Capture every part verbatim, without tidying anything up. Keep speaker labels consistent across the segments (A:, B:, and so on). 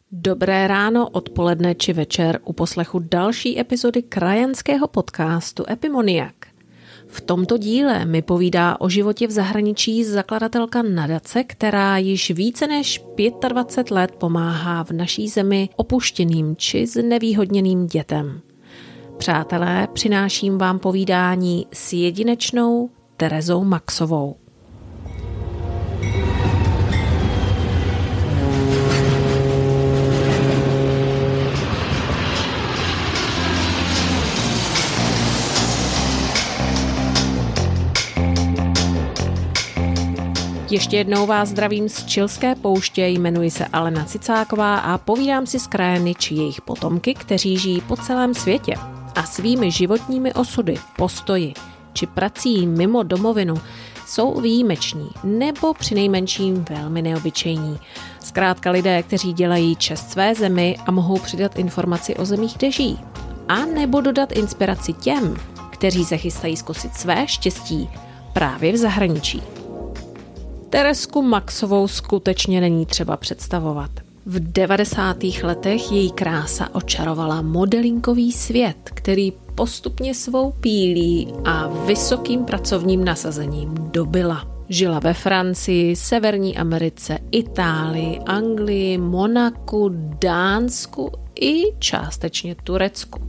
A: Dobré ráno, odpoledne či večer u poslechu další epizody krajanského podcastu Epimoniak. V tomto díle mi povídá o životě v zahraničí zakladatelka nadace, která již více než dvacet pět let pomáhá v naší zemi opuštěným či znevýhodněným dětem. Přátelé, přináším vám povídání s jedinečnou Terezou Maxovou. Ještě jednou vás zdravím z Chilské pouště, jmenuji se Alena Cicáková a povídám si s krajany či jejich potomky, kteří žijí po celém světě a svými životními osudy, postoji či prací mimo domovinu jsou výjimeční nebo přinejmenším velmi neobyčejní. Zkrátka lidé, kteří dělají čest své zemi a mohou přidat informaci o zemích, kde žijí. A nebo dodat inspiraci těm, kteří se chystají zkusit své štěstí právě v zahraničí. Terezku Maxovou skutečně není třeba představovat. V devadesátých letech její krása očarovala modelinkový svět, který postupně svou pílí a vysokým pracovním nasazením dobyla. Žila ve Francii, Severní Americe, Itálii, Anglii, Monaku, Dánsku i částečně Turecku.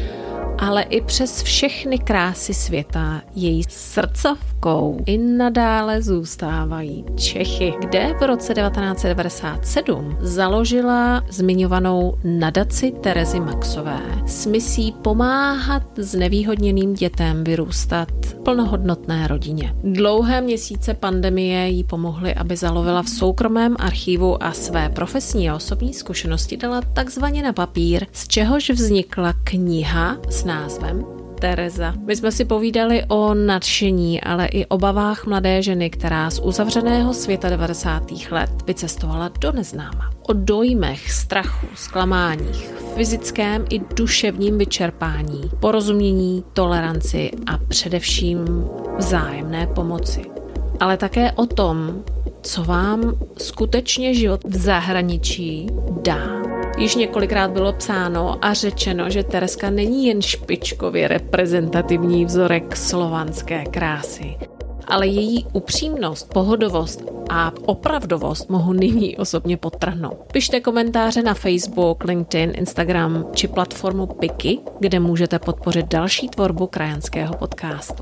A: Ale i přes všechny krásy světa její srdcovkou i nadále zůstávají Čechy, kde v roce devatenáct set devadesát sedm založila zmiňovanou nadaci Terezy Maxové s misí pomáhat znevýhodněným dětem vyrůstat v plnohodnotné rodině. Dlouhé měsíce pandemie jí pomohly, aby zalovila v soukromém archivu a své profesní a osobní zkušenosti dala takzvaně na papír, z čehož vznikla kniha s názvem Tereza. My jsme si povídali o nadšení, ale i obavách mladé ženy, která z uzavřeného světa devadesátých let vycestovala do neznáma. O dojmech, strachu, zklamáních, fyzickém i duševním vyčerpání, porozumění, toleranci a především vzájemné pomoci. Ale také o tom, co vám skutečně život v zahraničí dá. Již několikrát bylo psáno a řečeno, že Terezka není jen špičkově reprezentativní vzorek slovanské krásy, ale její upřímnost, pohodovost a opravdovost mohu nyní osobně podtrhnout. Pište komentáře na Facebook, LinkedIn, Instagram či platformu Piky, kde můžete podpořit další tvorbu krajanského podcastu.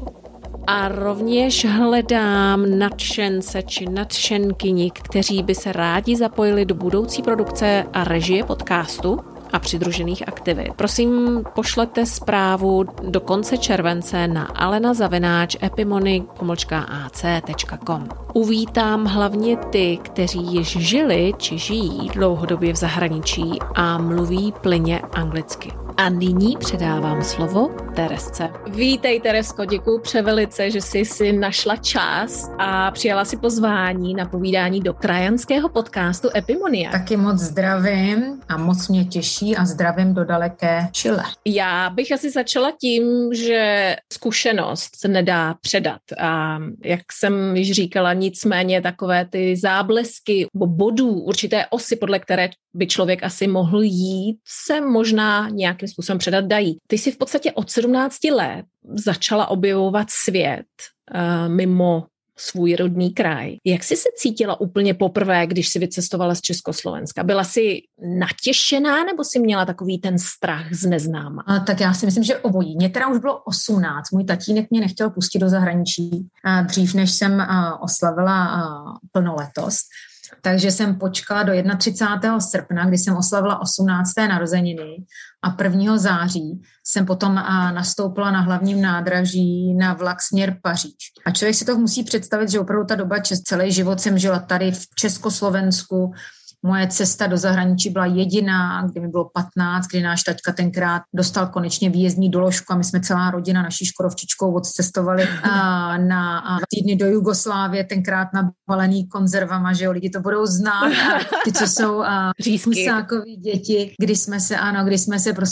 A: A rovněž hledám nadšence či nadšenkyni, kteří by se rádi zapojili do budoucí produkce a režie podcastu a přidružených aktivit. Prosím, pošlete zprávu do konce července na alena zavináč epimony pomlčka a c tečka com. Uvítám hlavně ty, kteří již žili či žijí dlouhodobě v zahraničí a mluví plynně anglicky. A nyní předávám slovo Terezce. Vítej, Terezko, děkuji převelice, že jsi si našla čas a přijala si pozvání na povídání do krajanského podcastu Epimonia.
B: Taky moc zdravím a moc mě těší a zdravím do daleké Chile.
A: Já bych asi začala tím, že zkušenost se nedá předat. A jak jsem již říkala, nicméně takové ty záblesky bodů, určité osy, podle které by člověk asi mohl jít, se možná nějakým způsobem předat dají. Ty jsi v podstatě od sedmnácti let začala objevovat svět uh, mimo svůj rodný kraj. Jak jsi se cítila úplně poprvé, když jsi vycestovala z Československa? Byla jsi natěšená nebo jsi měla takový ten strach z neznáma?
B: A, tak já si myslím, že obojí. Mě teda už bylo osmnáct. Můj tatínek mě nechtěl pustit do zahraničí a dřív, než jsem a, oslavila a, plnoletost. Takže jsem počkala do třicátého prvního srpna, kdy jsem oslavila osmnácté narozeniny a prvního září jsem potom nastoupila na hlavním nádraží na vlak směr Paříž. A člověk si to musí představit, že opravdu ta doba, celý život jsem žila tady v Československu. Moje cesta do zahraničí byla jediná, kdy mi bylo patnáct, kdy náš taťka tenkrát dostal konečně výjezdní doložku a my jsme celá rodina naší škodovčičkou odcestovali a, na a týdny do Jugoslávie, tenkrát nabalený konzervama, že jo, lidi to budou znát. A ty, co jsou Husákovi děti, kdy jsme se, ano, kdy jsme se prostě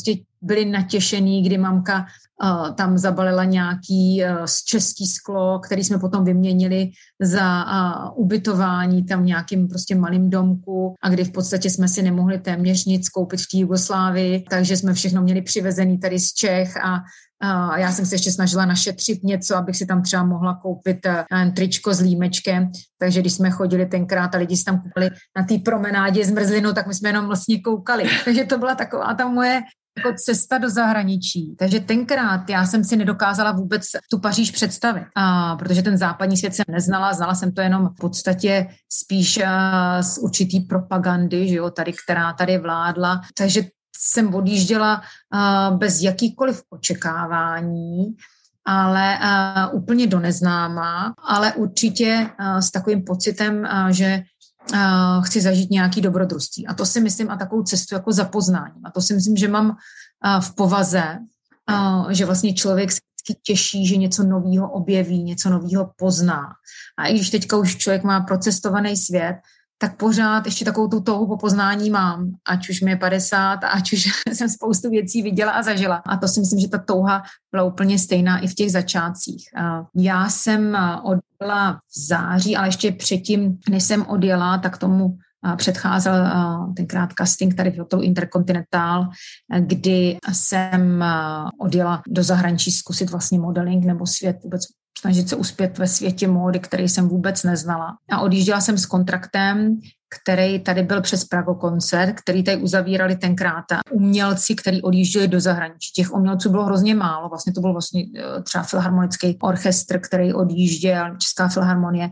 B: byli natěšení, kdy mamka uh, tam zabalila nějaký uh, český sklo, který jsme potom vyměnili za uh, ubytování tam v nějakým prostě malým domku a kdy v podstatě jsme si nemohli téměř nic koupit v té Jugoslávii, takže jsme všechno měli přivezený tady z Čech a a já jsem se ještě snažila našetřit něco, abych si tam třeba mohla koupit uh, tričko s límečkem, takže když jsme chodili tenkrát a lidi si tam koupili na té promenádě zmrzlinu, tak my jsme jenom vlastně koukali. Takže to byla taková ta moje jako cesta do zahraničí. Takže tenkrát já jsem si nedokázala vůbec tu Paříž představit, a protože ten západní svět jsem neznala, znala jsem to jenom v podstatě spíš uh, z určitý propagandy, že jo, tady, která tady vládla. Takže jsem odjížděla uh, bez jakýkoliv očekávání, ale uh, úplně do neznáma, ale určitě uh, s takovým pocitem, uh, že uh, chci zažít nějaký dobrodružství. A to si myslím a takovou cestu jako za poznáním. A to si myslím, že mám uh, v povaze, uh, že vlastně člověk se těší, že něco nového objeví, něco nového pozná. A i když teďka už člověk má procestovaný svět, tak pořád ještě takovou tu touhu po poznání mám, ať už mi je padesát, ať už jsem spoustu věcí viděla a zažila. A to si myslím, že ta touha byla úplně stejná i v těch začátcích. Já jsem odjela v září, ale ještě předtím, než jsem odjela, tak tomu předcházel tenkrát casting tady v hotelu Intercontinental, kdy jsem odjela do zahraničí zkusit vlastně modeling nebo svět vůbec snažit se uspět ve světě módy, který jsem vůbec neznala. A odjížděla jsem s kontraktem, který tady byl přes Prago koncert, který tady uzavírali tenkrát umělci, kteří odjížděli do zahraničí. Těch umělců bylo hrozně málo. Vlastně to byl vlastně třeba filharmonický orchestr, který odjížděl, Česká filharmonie,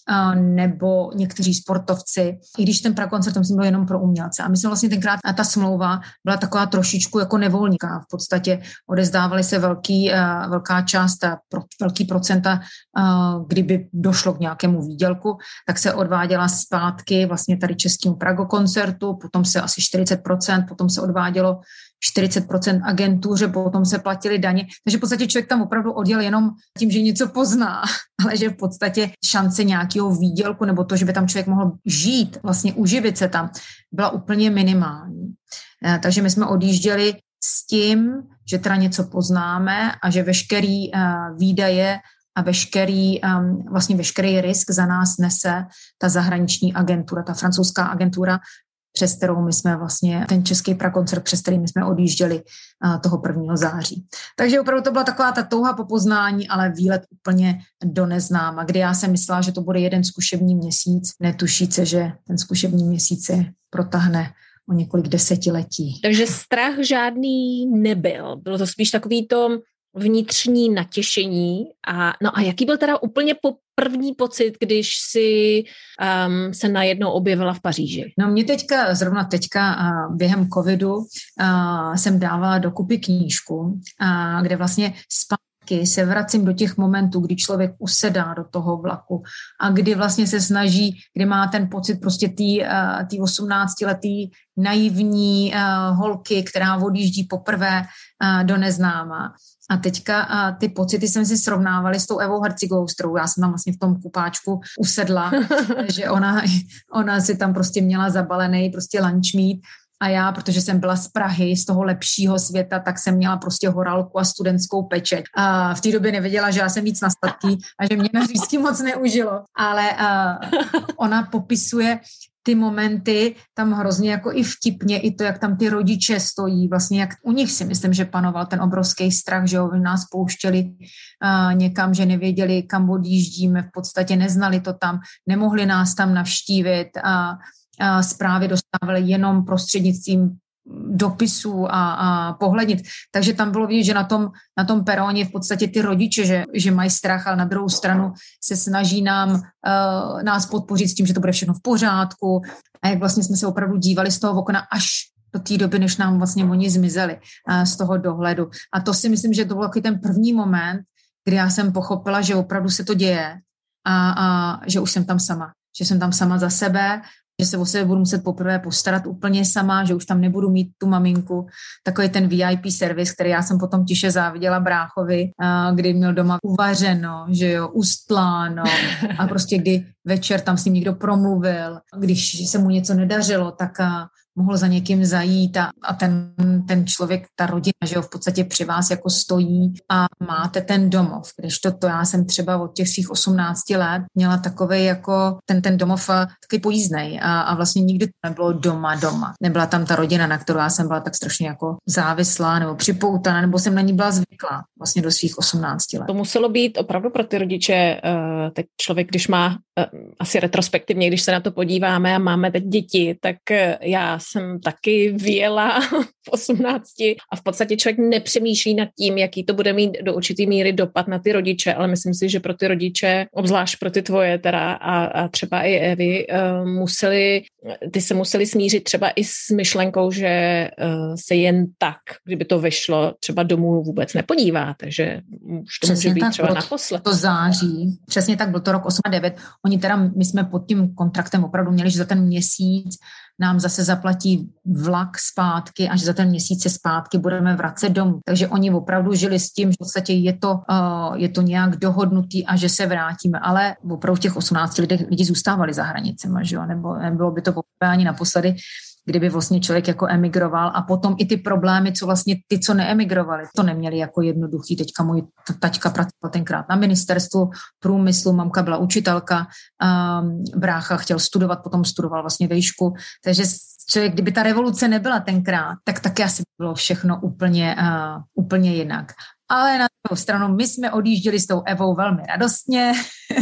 B: nebo někteří sportovci, i když ten prakoncert tam byl jenom pro umělce. A myslím vlastně tenkrát ta smlouva byla taková trošičku jako nevolníká. V podstatě odezdávaly se velký, velká část, velký procenta, kdyby došlo k nějakému výdělku, tak se odváděla zpátky vlastně tady českému pragokoncertu, potom se asi čtyřicet procent, potom se odvádělo čtyřicet procent agentuře, potom se platili daně. Takže v podstatě člověk tam opravdu odjel jenom tím, že něco pozná, ale že v podstatě šance nějakého výdělku nebo to, že by tam člověk mohl žít, vlastně uživit se tam, byla úplně minimální. Takže my jsme odjížděli s tím, že teda něco poznáme a že veškerý výdaje a veškerý, vlastně veškerý risk za nás nese ta zahraniční agentura, ta francouzská agentura, přes kterou my jsme vlastně, ten český prakoncert, přes který my jsme odjížděli toho prvního září. Takže opravdu to byla taková ta touha po poznání, ale výlet úplně do neznáma, kdy já jsem myslela, že to bude jeden zkušební měsíc, netušíce, že ten zkušební měsíc se protáhne o několik desetiletí.
A: Takže strach žádný nebyl. Bylo to spíš takový to vnitřní natěšení. A, no a jaký byl teda úplně po první pocit, když si um, se najednou objevila v Paříži?
B: No mě teďka, zrovna teďka uh, během covidu uh, jsem dávala dokupy knížku, uh, kde vlastně zpátky se vracím do těch momentů, kdy člověk usedá do toho vlaku a kdy vlastně se snaží, kdy má ten pocit prostě té uh, osmnáctiletý naivní uh, holky, která odjíždí poprvé uh, do neznáma. A teďka a ty pocity jsem si srovnávala s tou Evou Hercigovou, s kterou já jsem tam vlastně v tom kupáčku usedla, že ona, ona si tam prostě měla zabalený prostě lunch meat a já, protože jsem byla z Prahy, z toho lepšího světa, tak jsem měla prostě horálku a studentskou pečeť. A v té době nevěděla, že já jsem víc na statky a že mě na řízky moc neužilo, ale ona popisuje ty momenty tam hrozně jako i vtipně, i to, jak tam ty rodiče stojí, vlastně jak u nich si myslím, že panoval ten obrovský strach, že jo, nás pouštěli uh, někam, že nevěděli, kam odjíždíme, v podstatě neznali to tam, nemohli nás tam navštívit a, a zprávy dostávali jenom prostřednictvím dopisů a, a pohlednit. Takže tam bylo vidět, že na tom, na tom peróně v podstatě ty rodiče, že, že mají strach, ale na druhou stranu se snaží nám, uh, nás podpořit s tím, že to bude všechno v pořádku. A jak vlastně jsme se opravdu dívali z toho okna až do té doby, než nám vlastně oni zmizeli uh, z toho dohledu. A to si myslím, že to byl ten první moment, kdy já jsem pochopila, že opravdu se to děje a, a že už jsem tam sama. Že jsem tam sama za sebe, že se o sebe budu muset poprvé postarat úplně sama, že už tam nebudu mít tu maminku, takový ten V I P servis, který já jsem potom tiše záviděla bráchovi, kdy měl doma uvařeno, že jo, ustláno a prostě kdy večer tam s ním někdo promluvil, když se mu něco nedařilo, tak mohl za někým zajít a, a ten, ten člověk, ta rodina, že jo, v podstatě při vás jako stojí a máte ten domov. Když to, to já jsem třeba od těch svých osmnácti let měla takovej jako ten, ten domov takový pojízdnej a, a vlastně nikdy to nebylo doma doma. Nebyla tam ta rodina, na kterou já jsem byla tak strašně jako závislá nebo připoutaná, nebo jsem na ní byla zvyklá vlastně do svých osmnácti let.
A: To muselo být opravdu pro ty rodiče, teď člověk, když má asi retrospektivně, když se na to podíváme a máme teď děti, tak já jsem taky vyjela v osmnácti a v podstatě člověk nepřemýšlí nad tím, jaký to bude mít do určitý míry dopad na ty rodiče, ale myslím si, že pro ty rodiče, obzvlášť pro ty tvoje teda a, a třeba i Evy, uh, museli, ty se museli smířit třeba i s myšlenkou, že uh, se jen tak, kdyby to vyšlo, třeba domů vůbec nepodíváte, že už to
B: Přesně
A: může být
B: tak,
A: třeba naposled.
B: To září. Přesně tak, byl to rok osm devět. Oni teda, my jsme pod tím kontraktem opravdu měli, že za ten měsíc nám zase zaplatí vlak zpátky a že za ten měsíc se zpátky budeme vracet domů. Takže oni opravdu žili s tím, že v podstatě je to, uh, je to nějak dohodnutý a že se vrátíme. Ale opravdu těch osmnácti lidí, lidi zůstávali za hranicemi, že jo? Nebo nebylo by to poprvé ani naposledy, kdyby vlastně člověk jako emigroval a potom i ty problémy, co vlastně ty, co neemigrovali, to neměli jako jednoduchý. Teďka můj taťka pracoval tenkrát na ministerstvu průmyslu, mamka byla učitelka, um, brácha chtěl studovat, potom studoval vlastně vejšku, takže člověk, kdyby ta revoluce nebyla tenkrát, tak taky asi bylo všechno úplně, uh, úplně jinak. Ale na druhou stranu, my jsme odjížděli s tou Evou velmi radostně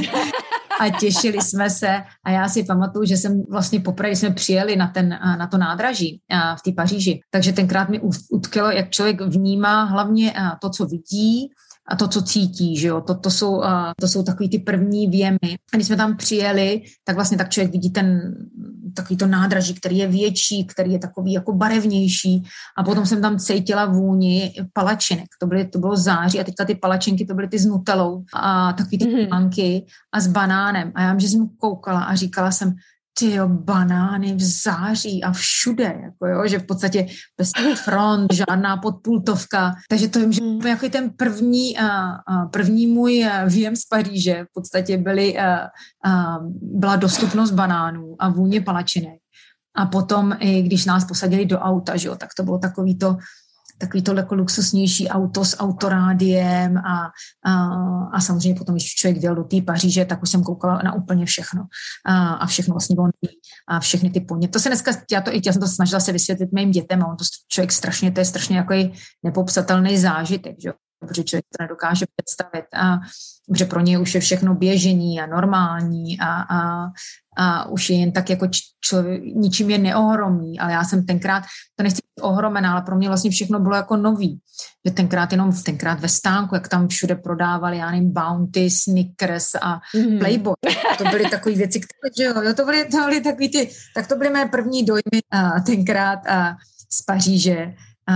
B: a těšili jsme se a já si pamatuju, že jsem vlastně poprvé jsme přijeli na, ten, na to nádraží v té Paříži, takže tenkrát mi utkilo, jak člověk vnímá hlavně to, co vidí a to, co cítí, že jo, to, to, jsou, to jsou takový ty první věmy. A když jsme tam přijeli, tak vlastně tak člověk vidí ten takový to nádraží, který je větší, který je takový jako barevnější a potom jsem tam cítila vůni palačinek. To, byly, to bylo září a teďka ty palačinky, to byly ty s nutelou a takový ty mm-hmm. planky a s banánem. A já že jsem koukala a říkala jsem, tyjo, banány v září a všude, jako jo, že v podstatě bez front, žádná podpultovka. Takže to vím, že jako ten první, a, a první můj výjem z Paříže v podstatě byly, a, a, byla dostupnost banánů a vůně palačinek. A potom, i když nás posadili do auta, že jo, tak to bylo takový to, takový to jako luxusnější auto s autorádiem a, a, a samozřejmě potom, když člověk jel do té Paříže, tak už jsem koukala na úplně všechno. A, a všechno vlastně bylo a všechny ty podněty. To se dneska, já, to, já jsem to snažila se vysvětlit mým dětem a on to člověk strašně, to je strašně jako nepopsatelný zážitek, že? Protože člověk to nedokáže představit a že pro ně už je všechno běžení a normální a, a, a už je jen tak jako člověk, ničím je neohromí, ale já jsem tenkrát, to nechci být ohromená, ale pro mě vlastně všechno bylo jako nový, že tenkrát jenom tenkrát ve stánku, jak tam všude prodávali, já nevím, Bounty, Snickers a mm. Playboy, to byly takové věci, které, že jo, to byly, to byly takový ty, tak to byly mé první dojmy a tenkrát a z Paříže.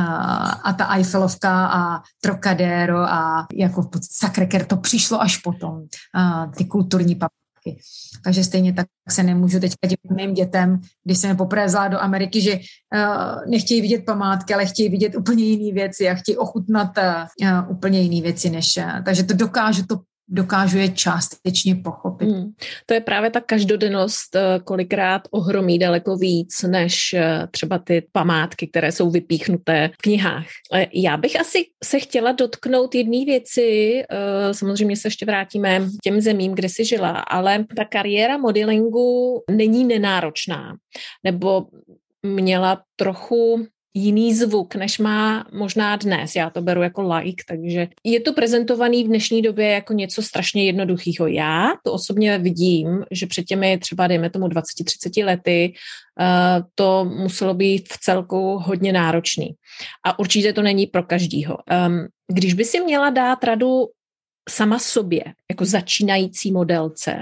B: A ta Eiffelovka a Trocadero a jako v podstatě Sacré-Cœur, to přišlo až potom, a ty kulturní památky. Takže stejně tak se nemůžu teďka dívat mým dětem, když jsem je poprvé vzala do Ameriky, že uh, nechtějí vidět památky, ale chtějí vidět úplně jiné věci a chtějí ochutnat uh, úplně jiné věci, než, uh, takže to dokážu to dokážu je částečně pochopit. Hmm.
A: To je právě ta každodennost, kolikrát ohromí daleko víc, než třeba ty památky, které jsou vypíchnuté v knihách. Já bych asi se chtěla dotknout jedné věci, samozřejmě se ještě vrátíme k těm zemím, kde jsi žila, ale ta kariéra modelingu není nenáročná, nebo měla trochu jiný zvuk, než má možná dnes. Já to beru jako laik, takže je to prezentovaný v dnešní době jako něco strašně jednoduchého. Já to osobně vidím, že před těmi třeba, dejme tomu dvacet třicet lety, uh, to muselo být v celku hodně náročný. A určitě to není pro každýho. Um, když by si měla dát radu sama sobě, jako začínající modelce,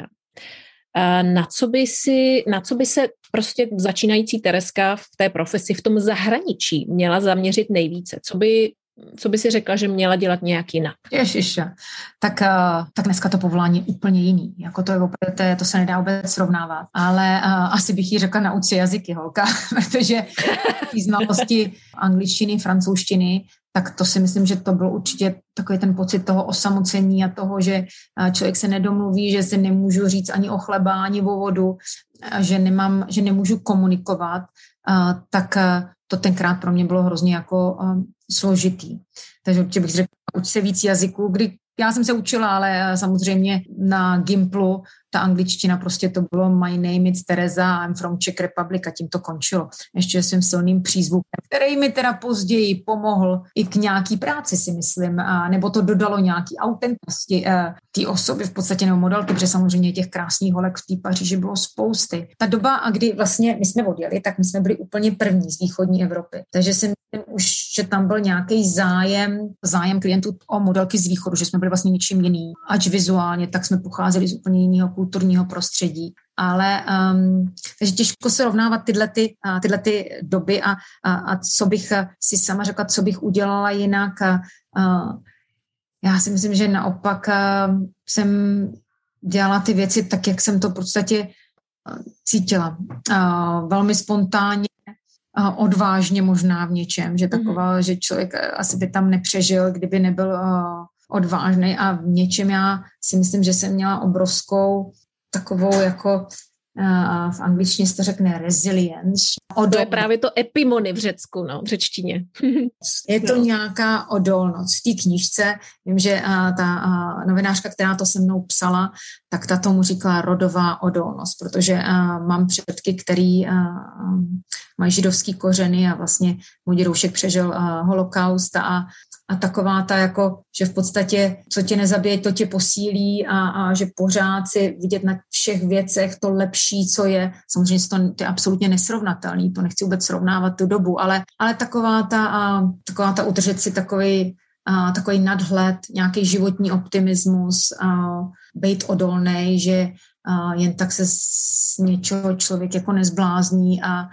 A: Na co by si, na co by se prostě začínající Tereska v té profesi v tom zahraničí měla zaměřit nejvíce? Co by, co by si řekla, že měla dělat nějak jinak?
B: Ježiša, tak, tak dneska to povolání je úplně jiný. Jako to, je opět, to se nedá vůbec srovnávat. Ale uh, asi bych jí řekla nauč se jazyky, holka, protože ty znalosti angličtiny, francouzštiny, tak to si myslím, že to byl určitě takový ten pocit toho osamocení a toho, že člověk se nedomluví, že si nemůžu říct ani o chleba, ani o vodu, že, nemám, že nemůžu komunikovat, tak to tenkrát pro mě bylo hrozně jako složitý. Takže určitě bych řekla, uč se víc jazyků, kdy já jsem se učila, ale samozřejmě na Gimplu ta angličtina prostě to bylo my name is Tereza, I'm from Czech Republic a tím to končilo. Ještě svým silným přízvukem, který mi teda později pomohl i k nějaký práci, si myslím, a nebo to dodalo nějaký autentnosti té osoby v podstatě nebo modelky, protože samozřejmě těch krásných holek v té Paříži bylo spousty. Ta doba, a kdy vlastně my jsme odjeli, tak my jsme byli úplně první z východní Evropy. Takže si myslím už, že tam byl nějaký zájem, zájem klientů o modelky z východu, že jsme byli vlastně ničím jiný. Ač vizuálně, tak jsme pocházeli z úplně jiného kulturního prostředí. Ale um, takže těžko se rovnávat tyhle, ty, uh, tyhle ty doby a, a, a co bych uh, si sama řekla, co bych udělala jinak. Uh, já si myslím, že naopak uh, jsem dělala ty věci tak, jak jsem to v podstatě uh, cítila. Uh, velmi spontánně, uh, odvážně možná v něčem, že taková, mm-hmm. že člověk asi by tam nepřežil, kdyby nebyl uh, odvážný a v něčem já si myslím, že jsem měla obrovskou takovou jako uh, v angličtině se to řekne resilience.
A: Odolnost. To je právě to epimony v Řecku, no, v řečtině.
B: Je to no. nějaká odolnost. V té knížce, vím, že uh, ta uh, novinářka, která to se mnou psala, tak ta tomu říkala rodová odolnost, protože uh, mám předky, který uh, mají židovský kořeny a vlastně můj dědoušek přežil uh, holokaust a A taková ta jako, že v podstatě, co tě nezabije, to tě posílí a, a že pořád si vidět na všech věcech to lepší, co je. Samozřejmě to, to je absolutně nesrovnatelný, to nechci vůbec srovnávat tu dobu, ale, ale taková ta, a, taková ta udržet si takový, a, takový nadhled, nějaký životní optimismus, a, být odolnej, že a, jen tak se z něčeho člověk jako nezblázní a,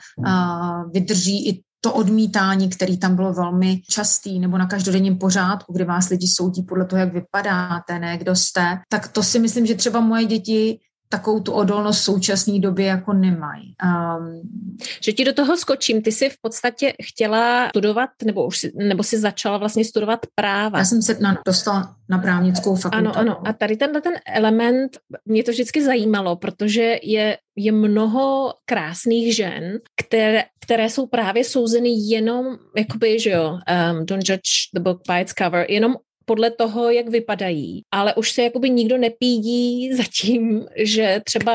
B: a vydrží i to odmítání, který tam bylo velmi častý, nebo na každodenním pořádku, kdy vás lidi soudí podle toho, jak vypadáte, ne, kdo jste, tak to si myslím, že třeba moje děti takovou tu odolnost v současné době jako nemají. Um,
A: že ti do toho skočím, ty jsi v podstatě chtěla studovat, nebo už si, nebo si začala vlastně studovat práva.
B: Já jsem se na, dostala na právnickou fakultu.
A: Ano, ano. A tady tenhle ten element, mě to vždycky zajímalo, protože je, je mnoho krásných žen, které, které jsou právě souzeny jenom, jakoby, že jo, um, don't judge the book by its cover, jenom podle toho, jak vypadají, ale už se jakoby nikdo nepídí za tím, že třeba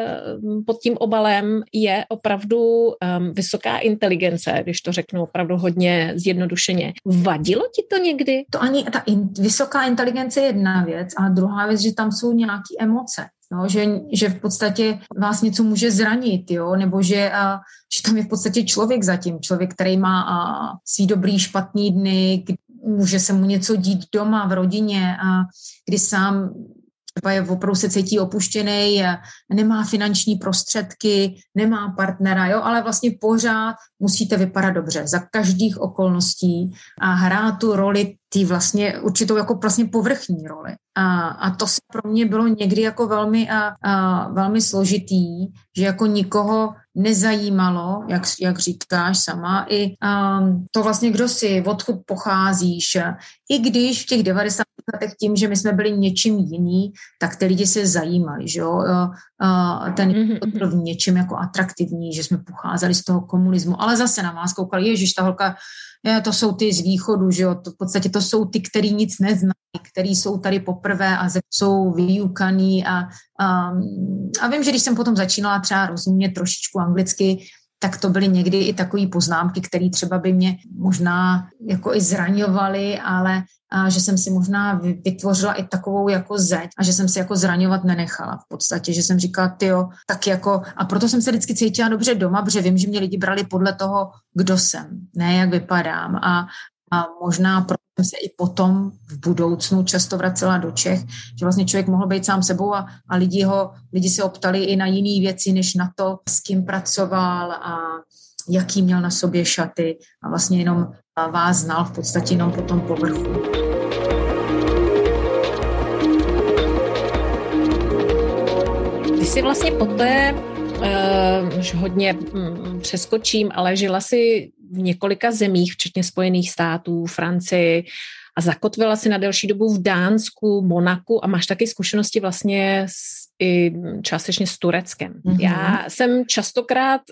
A: pod tím obalem je opravdu um, vysoká inteligence, když to řeknu opravdu hodně zjednodušeně. Vadilo ti to někdy?
B: To ani ta in, vysoká inteligence je jedna věc, a druhá věc, že tam jsou nějaké emoce. No, že, že v podstatě vás něco může zranit, jo? Nebo že, a, že tam je v podstatě člověk zatím, člověk, který má a, svý dobrý, špatný dny, kdy může se mu něco dít doma, v rodině, a kdy sám třeba je opravdu se cítí opuštěný, nemá finanční prostředky, nemá partnera, jo, ale vlastně pořád musíte vypadat dobře za každých okolností a hrát tu roli tý vlastně určitou jako vlastně povrchní roli. A, a to se pro mě bylo někdy jako velmi, a, a, velmi složitý, že jako nikoho nezajímalo, jak, jak říkáš sama, i um, to vlastně, kdo jsi, odkud pocházíš. I když v těch devadesátých letech tím, že my jsme byli něčím jiný, tak ty lidi se zajímali, že jo. Uh, uh, ten mm-hmm. byl v něčem jako atraktivní, že jsme pocházeli z toho komunismu, ale zase na vás koukali, ježiš, ta holka, je, to jsou ty z východu, že jo, to v podstatě to jsou ty, který nic neznají, který jsou tady poprvé a jsou vyukaný a, a, a vím, že když jsem potom začínala třeba rozumět trošičku anglicky, tak to byly někdy i takové poznámky, které třeba by mě možná jako i zraňovaly, ale a že jsem si možná vytvořila i takovou jako zeď a že jsem si jako zraňovat nenechala v podstatě, že jsem říkala, tyjo, tak jako, a proto jsem se vždycky cítila dobře doma, protože vím, že mě lidi brali podle toho, kdo jsem, ne jak vypadám a, a možná proto jsem se i potom v budoucnu často vracela do Čech, že vlastně člověk mohl být sám sebou a, a lidi, ho, lidi se optali i na jiné věci, než na to, s kým pracoval a jaký měl na sobě šaty a vlastně jenom vás znal v podstatě jenom po tom povrchu.
A: Ty jsi vlastně poté, uh, už hodně um, přeskočím, ale žila si v několika zemích, včetně Spojených států, Francii a zakotvila si na delší dobu v Dánsku, Monaku a máš taky zkušenosti vlastně s, i částečně s Tureckem. Mm-hmm. Já jsem častokrát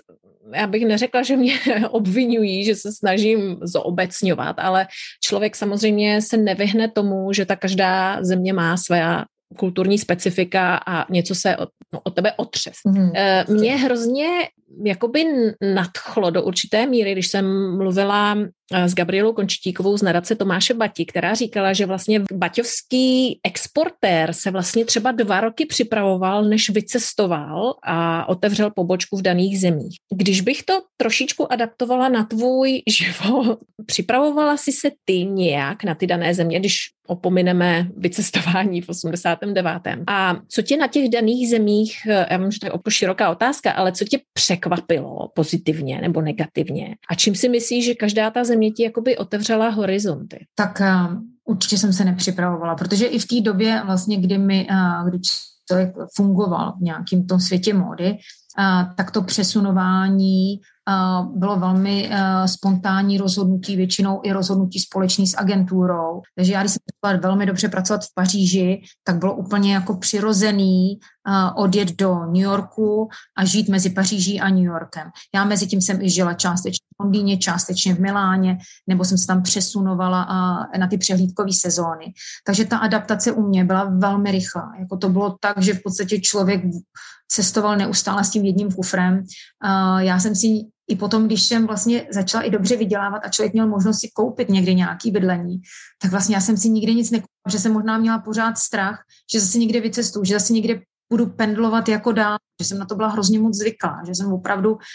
A: já bych neřekla, že mě obvinují, že se snažím zobecňovat, ale člověk samozřejmě se nevyhne tomu, že ta každá země má své kulturní specifika a něco se od, no, od tebe otřes. Mm. Mě hrozně jakoby nadchlo do určité míry, když jsem mluvila s Gabrielou Končitíkovou z nadace Tomáše Bati, která říkala, že vlastně baťovský exportér se vlastně třeba dva roky připravoval, než vycestoval a otevřel pobočku v daných zemích. Když bych to trošičku adaptovala na tvůj život, připravovala jsi se ty nějak na ty dané země, když opomineme vycestování v osmdesátém devátém A co tě na těch daných zemích, já vím, že to je opravdu široká otázka, ale co tě překvapilo pozitivně nebo negativně? A čím si myslíš, že každá ta země ti jakoby otevřela horizonty?
B: Tak uh, určitě jsem se nepřipravovala, protože i v té době vlastně, kdy mi, uh, kdy člověk fungoval v nějakém tom světě módy, uh, tak to přesunování Uh, bylo velmi uh, spontánní rozhodnutí, většinou i rozhodnutí společný s agenturou. Takže já, když jsem chtěla velmi dobře pracovat v Paříži, tak bylo úplně jako přirozený uh, odjet do New Yorku a žít mezi Paříží a New Yorkem. Já mezi tím jsem i žila částečně v Londýně, částečně v Miláně, nebo jsem se tam přesunovala uh, na ty přehlídkové sezóny. Takže ta adaptace u mě byla velmi rychlá. Jako to bylo tak, že v podstatě člověk cestoval neustále s tím jedním kufrem. Uh, já jsem si i potom, když jsem vlastně začala i dobře vydělávat a člověk měl možnost si koupit někdy nějaký bydlení, tak vlastně já jsem si nikdy nic nekoupila, že jsem možná měla pořád strach, že zase někde vycestuju, že zase někde budu pendlovat jako dál, že jsem na to byla hrozně moc zvyklá, že jsem opravdu uh,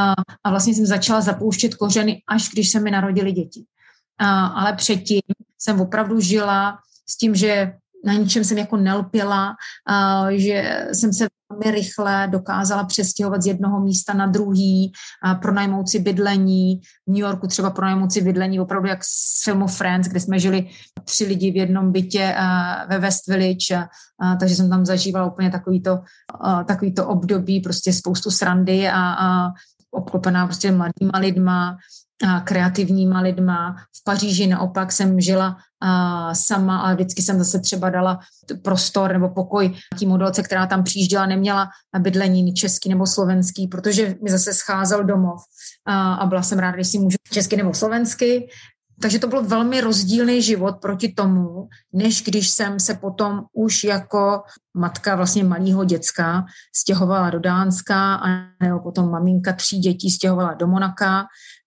B: a vlastně jsem začala zapouštět kořeny, až když se mi narodily děti. Uh, ale předtím jsem opravdu žila s tím, že na ničem jsem jako nelpěla, uh, že jsem se velmi rychle dokázala přestěhovat z jednoho místa na druhý, uh, pronajmout si bydlení. V New Yorku třeba pronajmout si bydlení opravdu jak z filmu Friends, kde jsme žili tři lidi v jednom bytě uh, ve West Village, uh, takže jsem tam zažívala úplně takovýto, uh, takovýto období, prostě spoustu srandy a, a obklopená prostě mladýma lidma, a kreativníma lidma. V Paříži naopak jsem žila a sama a vždycky jsem zase třeba dala prostor nebo pokoj tý modelce, která tam přijížděla, neměla bydlení český nebo slovenský, protože mi zase scházel domov a, a byla jsem ráda, když si můžu česky nebo slovensky. Takže to byl velmi rozdílný život proti tomu, než když jsem se potom už jako matka vlastně malého děcka stěhovala do Dánska a nebo potom maminka tří dětí stěhovala do Monaka,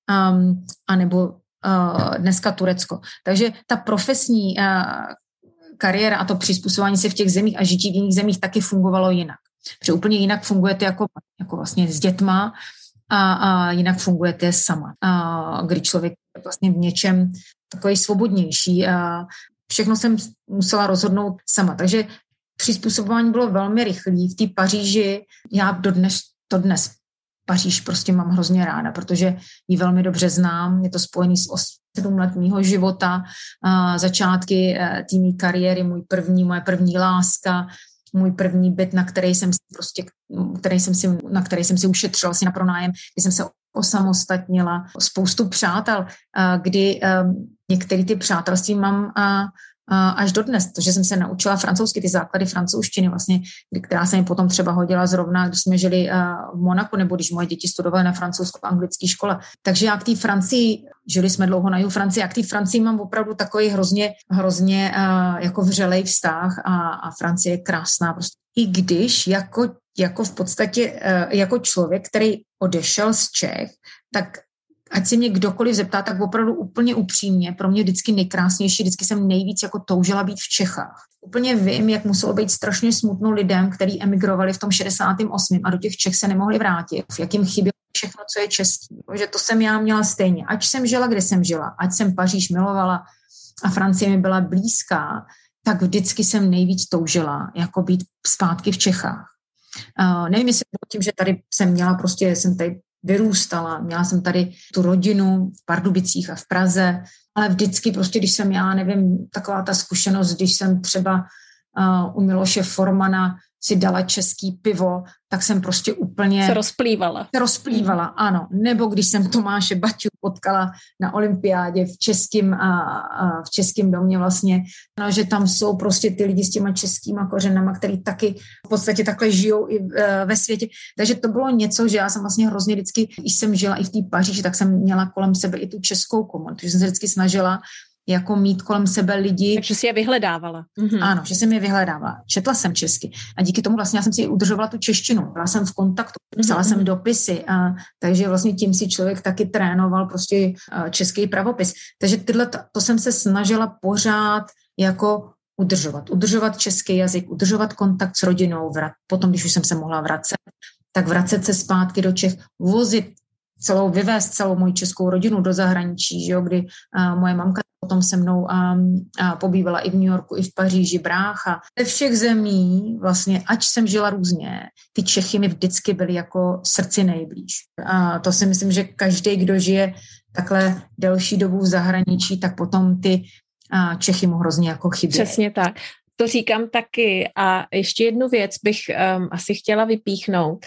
B: Um, a nebo uh, dneska Turecko. Takže ta profesní uh, kariéra a to přizpůsobování se v těch zemích a žití v jiných zemích taky fungovalo jinak. Protože úplně jinak fungujete jako, jako vlastně s dětma a, a jinak fungujete sama. A kdy člověk je vlastně v něčem takový svobodnější. A všechno jsem musela rozhodnout sama. Takže přizpůsobování bylo velmi rychlé. V té Paříži já dodnes, to dnes Paříž prostě mám hrozně ráda, protože ji velmi dobře znám, je to spojený s sedm let mýho života, a začátky té mý kariéry, můj první, moje první láska, můj první byt, na který jsem si prostě, který jsem si, na který jsem si ušetřila vlastně na pronájem, kdy jsem se osamostatnila, spoustu přátel, kdy některé ty přátelství mám až dodnes, protože jsem se naučila francouzsky, ty základy francouzštiny vlastně, která se mi potom třeba hodila zrovna, když jsme žili v Monaku, nebo když moje děti studovaly na francouzsko-anglické škole. Takže já k té Francii, žili jsme dlouho na jihu Francie, a k té Francii mám opravdu takový hrozně, hrozně jako vřelej vztah a, a Francie je krásná prostě. I když jako, jako v podstatě jako člověk, který odešel z Čech, tak ať se mě kdokoliv zeptá, tak opravdu úplně upřímně, pro mě vždycky nejkrásnější, vždycky jsem nejvíc jako toužila být v Čechách. Úplně vím, jak muselo být strašně smutno lidem, kteří emigrovali v tom šedesátém osmém a do těch Čech se nemohli vrátit, jak jim chybělo všechno, co je český. Že to jsem já měla stejně. Ať jsem žila, kde jsem žila, ať jsem Paříž milovala a Francie mi byla blízká, tak vždycky jsem nejvíc toužila jako být zpátky v Čechách. Uh, nevím, jestli bylo tím, že tady jsem měla prostě, jsem tady vyrůstala, měla jsem tady tu rodinu v Pardubicích a v Praze, ale vždycky prostě, když jsem já, nevím, taková ta zkušenost, když jsem třeba uh, u Miloše Formana si dala český pivo, tak jsem prostě úplně...
A: Se rozplývala.
B: Se rozplývala, ano. Nebo když jsem Tomáše Baťu potkala na olympiádě v českém, a, a v českém domě vlastně, no, že tam jsou prostě ty lidi s těma českýma kořenama, který taky v podstatě takhle žijou i ve světě. Takže to bylo něco, že já jsem vlastně hrozně vždycky, když jsem žila i v té Paříži, tak jsem měla kolem sebe i tu českou komunitu, takže jsem se vždycky snažila jako mít kolem sebe lidi.
A: Takže si je vyhledávala.
B: Mhm. Ano, že jsem je vyhledávala. Četla jsem česky a díky tomu vlastně já jsem si udržovala tu češtinu. Byla jsem v kontaktu, psala mhm. jsem dopisy, a, takže vlastně tím si člověk taky trénoval prostě český pravopis. Takže tyhle, to jsem se snažila pořád jako udržovat. Udržovat český jazyk, udržovat kontakt s rodinou, vrat, potom, když už jsem se mohla vracet, tak vracet se zpátky do Čech, vozit celou, vyvést celou moji českou rodinu do zahraničí, že jo, kdy a, moje mamka potom se mnou a, a pobývala i v New Yorku, i v Paříži, brácha. Ve všech zemí, vlastně, ač jsem žila různě, ty Čechy mi vždycky byly jako srdci nejblíž. A to si myslím, že každý, kdo žije takhle delší dobu v zahraničí, tak potom ty a, Čechy mu hrozně jako chybějí.
A: Přesně tak. To říkám taky. A ještě jednu věc bych um, asi chtěla vypíchnout.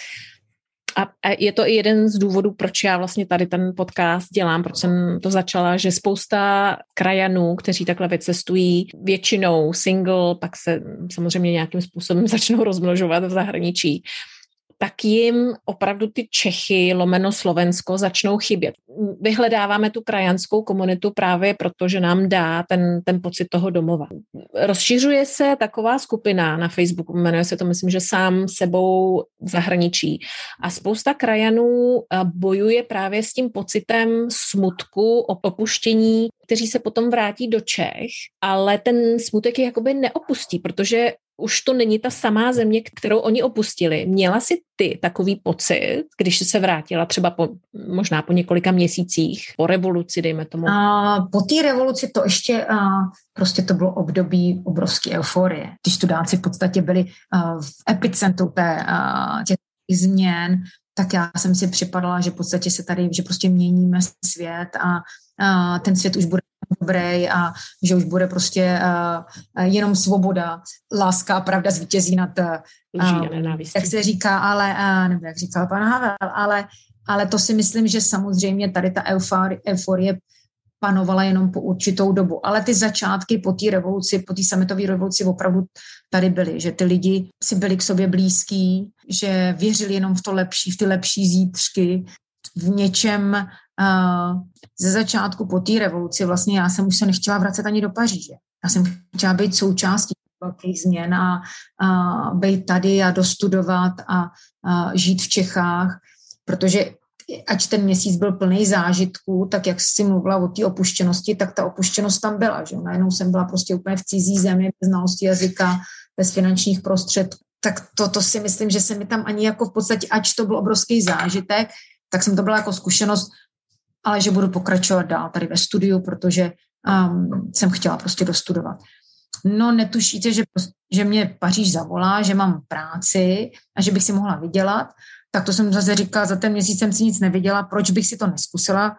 A: A je to i jeden z důvodů, proč já vlastně tady ten podcast dělám, proč jsem to začala, že spousta krajanů, kteří takhle vycestují, většinou single, pak se samozřejmě nějakým způsobem začnou rozmnožovat v zahraničí, tak jim opravdu ty Čechy, lomeno Slovensko, začnou chybět. Vyhledáváme tu krajanskou komunitu právě proto, že nám dá ten, ten pocit toho domova. Rozšiřuje se taková skupina na Facebooku, jmenuje se to, myslím, že sám sebou v zahraničí. A spousta krajanů bojuje právě s tím pocitem smutku, opuštění, kteří se potom vrátí do Čech, ale ten smutek je jakoby neopustí, protože už to není ta samá země, kterou oni opustili. Měla si ty takový pocit, když se vrátila třeba po, možná po několika měsících, po revoluci, dejme tomu?
B: A po té revoluci to ještě a, prostě to bylo období obrovské euforie. Ty studáci v podstatě byli a, v epicentru té, a, těch změn, tak já jsem si připadala, že v podstatě se tady, že prostě měníme svět a, a ten svět už bude dobrý a že už bude prostě uh, jenom svoboda, láska a pravda zvítězí nad, uh, jak se říká, ale, uh, nebo jak říkal pan Havel, ale, ale to si myslím, že samozřejmě tady ta euforie, euforie panovala jenom po určitou dobu. Ale ty začátky po té revoluci, po té sametové revoluci opravdu tady byly, že ty lidi si byli k sobě blízký, že věřili jenom v to lepší, v ty lepší zítřky, v něčem. Uh, ze začátku po té revoluci vlastně já jsem už se nechtěla vracet ani do Paříže. Já jsem chtěla být součástí velkých změn a, a být tady a dostudovat a, a žít v Čechách, protože ač ten měsíc byl plný zážitků, tak jak jsi mluvila o té opuštěnosti, tak ta opuštěnost tam byla. Že? Najednou jsem byla prostě úplně v cizí zemi, bez znalosti jazyka, bez finančních prostředků. Tak to, to si myslím, že se mi tam ani jako v podstatě, ač to byl obrovský zážitek, tak jsem to byla jako zkušenost, ale že budu pokračovat dál tady ve studiu, protože um, jsem chtěla prostě dostudovat. No netušíte, že, že mě Paříž zavolá, že mám práci a že bych si mohla vydělat, tak to jsem zase říkala, za ten měsíc jsem si nic neviděla, proč bych si to neskusila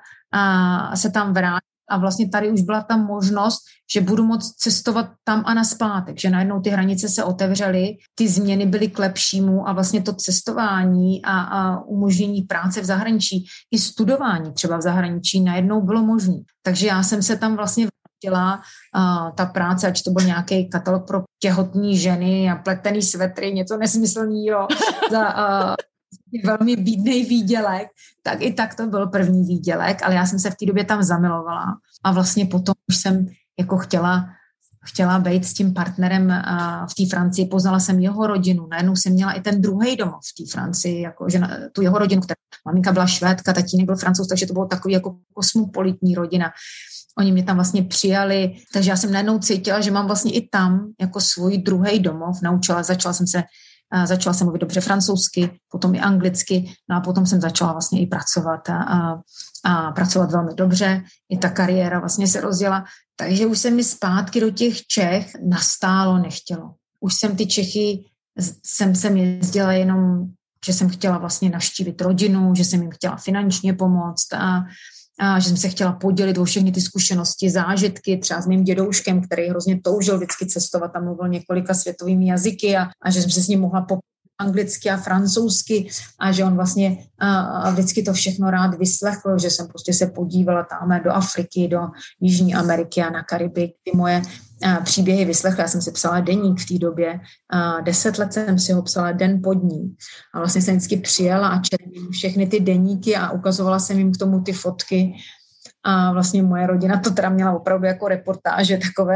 B: a se tam vrátit. A vlastně tady už byla ta možnost, že budu moct cestovat tam a nazpátek, že najednou ty hranice se otevřely, ty změny byly k lepšímu a vlastně to cestování a, a umožnění práce v zahraničí i studování třeba v zahraničí najednou bylo možné. Takže já jsem se tam vlastně vrátila, a ta práce, ať to byl nějaký katalog pro těhotní ženy a pletený svetry, něco nesmyslného za a, velmi bídnej výdělek, tak i tak to byl první výdělek, ale já jsem se v té době tam zamilovala a vlastně potom už jsem jako chtěla, chtěla být s tím partnerem v té Francii, poznala jsem jeho rodinu, najednou jsem měla i ten druhý domov v té Francii, jako, že na, tu jeho rodinu, která maminka byla Švédka, tatínek byl Francouz, takže to bylo takový jako kosmopolitní rodina. Oni mě tam vlastně přijali, takže já jsem najednou cítila, že mám vlastně i tam jako svůj druhý domov, naučila, začala jsem se A začala jsem mluvit dobře francouzsky, potom i anglicky, no a potom jsem začala vlastně i pracovat a, a, a pracovat velmi dobře. I ta kariéra vlastně se rozjela, takže už se mi zpátky do těch Čech nastálo nechtělo. Už jsem ty Čechy, jsem sem jezdila jenom, že jsem chtěla vlastně navštívit rodinu, že jsem jim chtěla finančně pomoct a, a že jsem se chtěla podělit o všechny ty zkušenosti, zážitky, třeba s mým dědouškem, který hrozně toužil vždycky cestovat a mluvil několika světovými jazyky a, a že jsem se s ním mohla po anglicky a francouzsky a že on vlastně a vždycky to všechno rád vyslechl, že jsem prostě se podívala tam do Afriky, do Jižní Ameriky a na Karibik. Ty moje a, příběhy vyslechla. Já jsem si psala deník v té době. A, deset let jsem si ho psala den po dní. A vlastně jsem vždycky přijela a četla všechny ty deníky a ukazovala jsem jim k tomu ty fotky. A vlastně moje rodina to teda měla opravdu jako reportáže, takové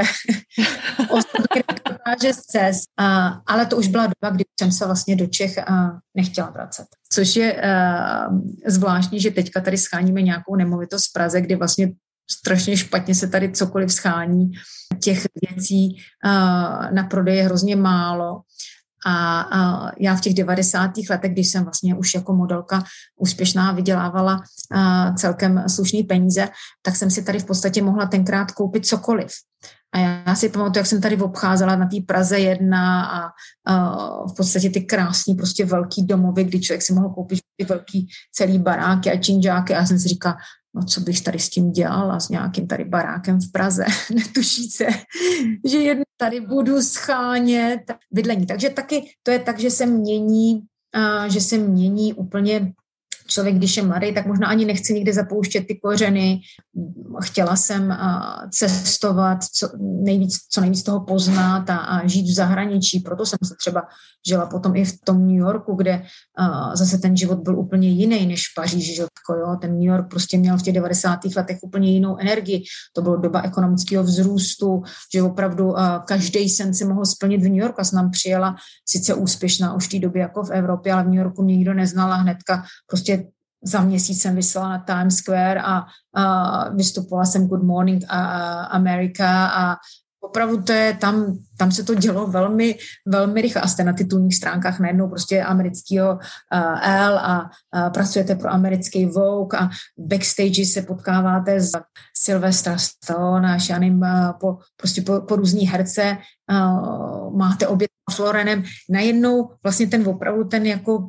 B: osobní reportáže z cest. A, ale to už byla doba, kdy jsem se vlastně do Čech a nechtěla vracet. Což je uh, zvláštní, že teďka tady scháníme nějakou nemovitost v Praze, kde vlastně strašně špatně se tady cokoliv schání. Těch věcí uh, na prodej je hrozně málo. A, a já v těch devadesátých letech, když jsem vlastně už jako modelka úspěšná vydělávala a, celkem slušný peníze, tak jsem si tady v podstatě mohla tenkrát koupit cokoliv. A já si pamatuju, jak jsem tady obcházela na té Praze jedna a, a v podstatě ty krásný prostě velký domovy, kdy člověk si mohl koupit ty velký celý baráky a činžáky a já jsem si říkala, no co bych tady s tím dělala, s nějakým tady barákem v Praze, netušíce, že jednou tady budu schánět bydlení. Takže taky to je tak, že se mění, a že se mění úplně člověk, když je mladý, tak možná ani nechci nikdy zapouštět ty kořeny. Chtěla jsem cestovat, co nejvíc, co nejvíc toho poznat a, a žít v zahraničí. Proto jsem se třeba žila potom i v tom New Yorku, kde a, zase ten život byl úplně jiný než v Paříži. Že? Jo? Ten New York prostě měl v těch devadesátých letech úplně jinou energii. To byla doba ekonomického vzrůstu, že opravdu a, každý sen si mohl splnit v New Yorku. Já jsem tam přijela sice úspěšná už v té době jako v Evropě, ale v New Yorku mě nikdo neznala hnedka. Prostě za měsíc jsem vyslala na Times Square a, a vystupovala jsem Good Morning a, a America a opravdu to je, tam, tam se to dělo velmi, velmi rychle a jste na titulních stránkách najednou prostě amerického uh, L a, a pracujete pro americký Vogue a backstage se potkáváte s Sylvester Stallone a Shanem uh, po, prostě po, po různý herce, uh, máte oběd s Florenem, najednou vlastně ten opravdu ten jako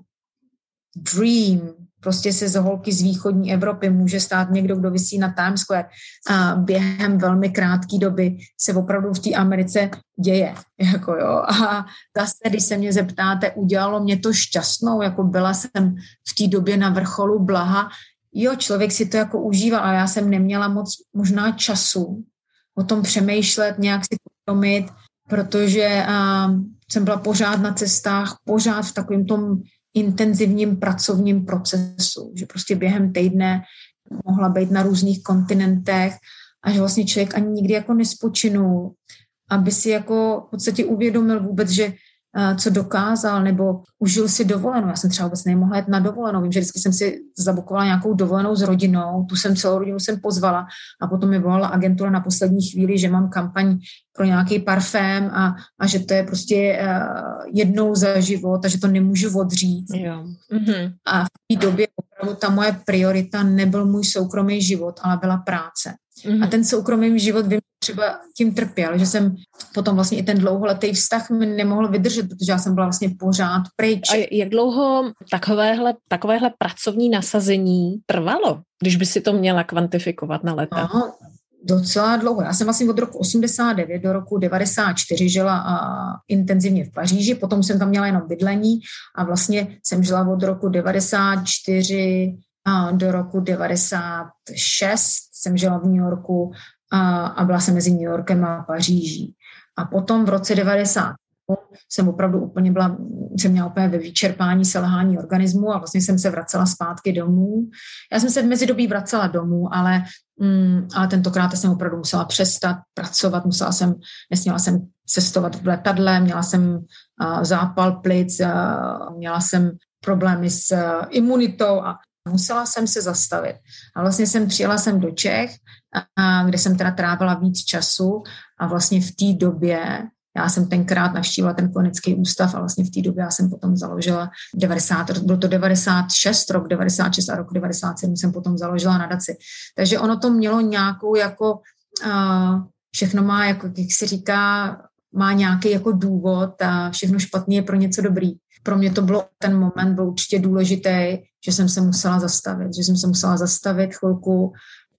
B: dream, prostě se z holky z východní Evropy může stát někdo, kdo visí na Times Square a během velmi krátké doby se opravdu v té Americe děje. Jako jo. A zase, když se mě zeptáte, udělalo mě to šťastnou, jako byla jsem v té době na vrcholu blaha. Jo, člověk si to jako užíval a já jsem neměla moc možná času o tom přemýšlet, nějak si uvědomit, protože uh, jsem byla pořád na cestách, pořád v takovém tom intenzivním pracovním procesu, že prostě během týdne mohla být na různých kontinentech a že vlastně člověk ani nikdy jako nespočinul, aby si jako v podstatě uvědomil vůbec, že uh, co dokázal, nebo užil si dovolenou. Já jsem třeba vůbec nemohla jet na dovolenou. Vím, že vždycky jsem si zabukovala nějakou dovolenou s rodinou, tu jsem celou rodinu jsem pozvala a potom mi volala agentura na poslední chvíli, že mám kampaň pro nějaký parfém a, a že to je prostě uh, jednou za život a že to nemůžu odříct.
A: Jo. Mm-hmm.
B: A v té době opravdu ta moje priorita nebyl můj soukromý život, ale byla práce. Mm-hmm. A ten soukromý život vím, třeba tím trpěl, že jsem potom vlastně i ten dlouholetý vztah mi nemohl vydržet, protože já jsem byla vlastně pořád pryč.
A: A jak dlouho takovéhle, takovéhle pracovní nasazení trvalo, když by si to měla kvantifikovat na leta?
B: No, docela dlouho. Já jsem vlastně od roku osmdesát devět do roku devadesát čtyři žila a, intenzivně v Paříži, potom jsem tam měla jenom bydlení a vlastně jsem žila od roku devadesát čtyři a do roku devadesát šest jsem žila v New Yorku a, a byla jsem mezi New Yorkem a Paříží. A potom v roce devadesát jsem opravdu úplně byla, jsem měla úplně ve vyčerpání, selhání organismu a vlastně jsem se vracela zpátky domů. Já jsem se v mezidobí vracela domů, ale, mm, ale tentokrát jsem opravdu musela přestat pracovat, musela jsem, nesměla jsem cestovat v letadle, měla jsem uh, zápal plic, uh, měla jsem problémy s uh, imunitou a musela jsem se zastavit. A vlastně jsem přijela jsem do Čech, a, kde jsem teda trávila víc času a vlastně v té době já jsem tenkrát navštívila ten klinický ústav a vlastně v té době já jsem potom založila devadesát, byl to devadesát šest, rok devadesát šest a rok devadesát sedm jsem potom založila nadaci. Takže ono to mělo nějakou jako, uh, všechno má, jako, jak se říká, má nějaký jako důvod a všechno špatný je pro něco dobrý. Pro mě to bylo, ten moment byl určitě důležitý, že jsem se musela zastavit, že jsem se musela zastavit chvilku,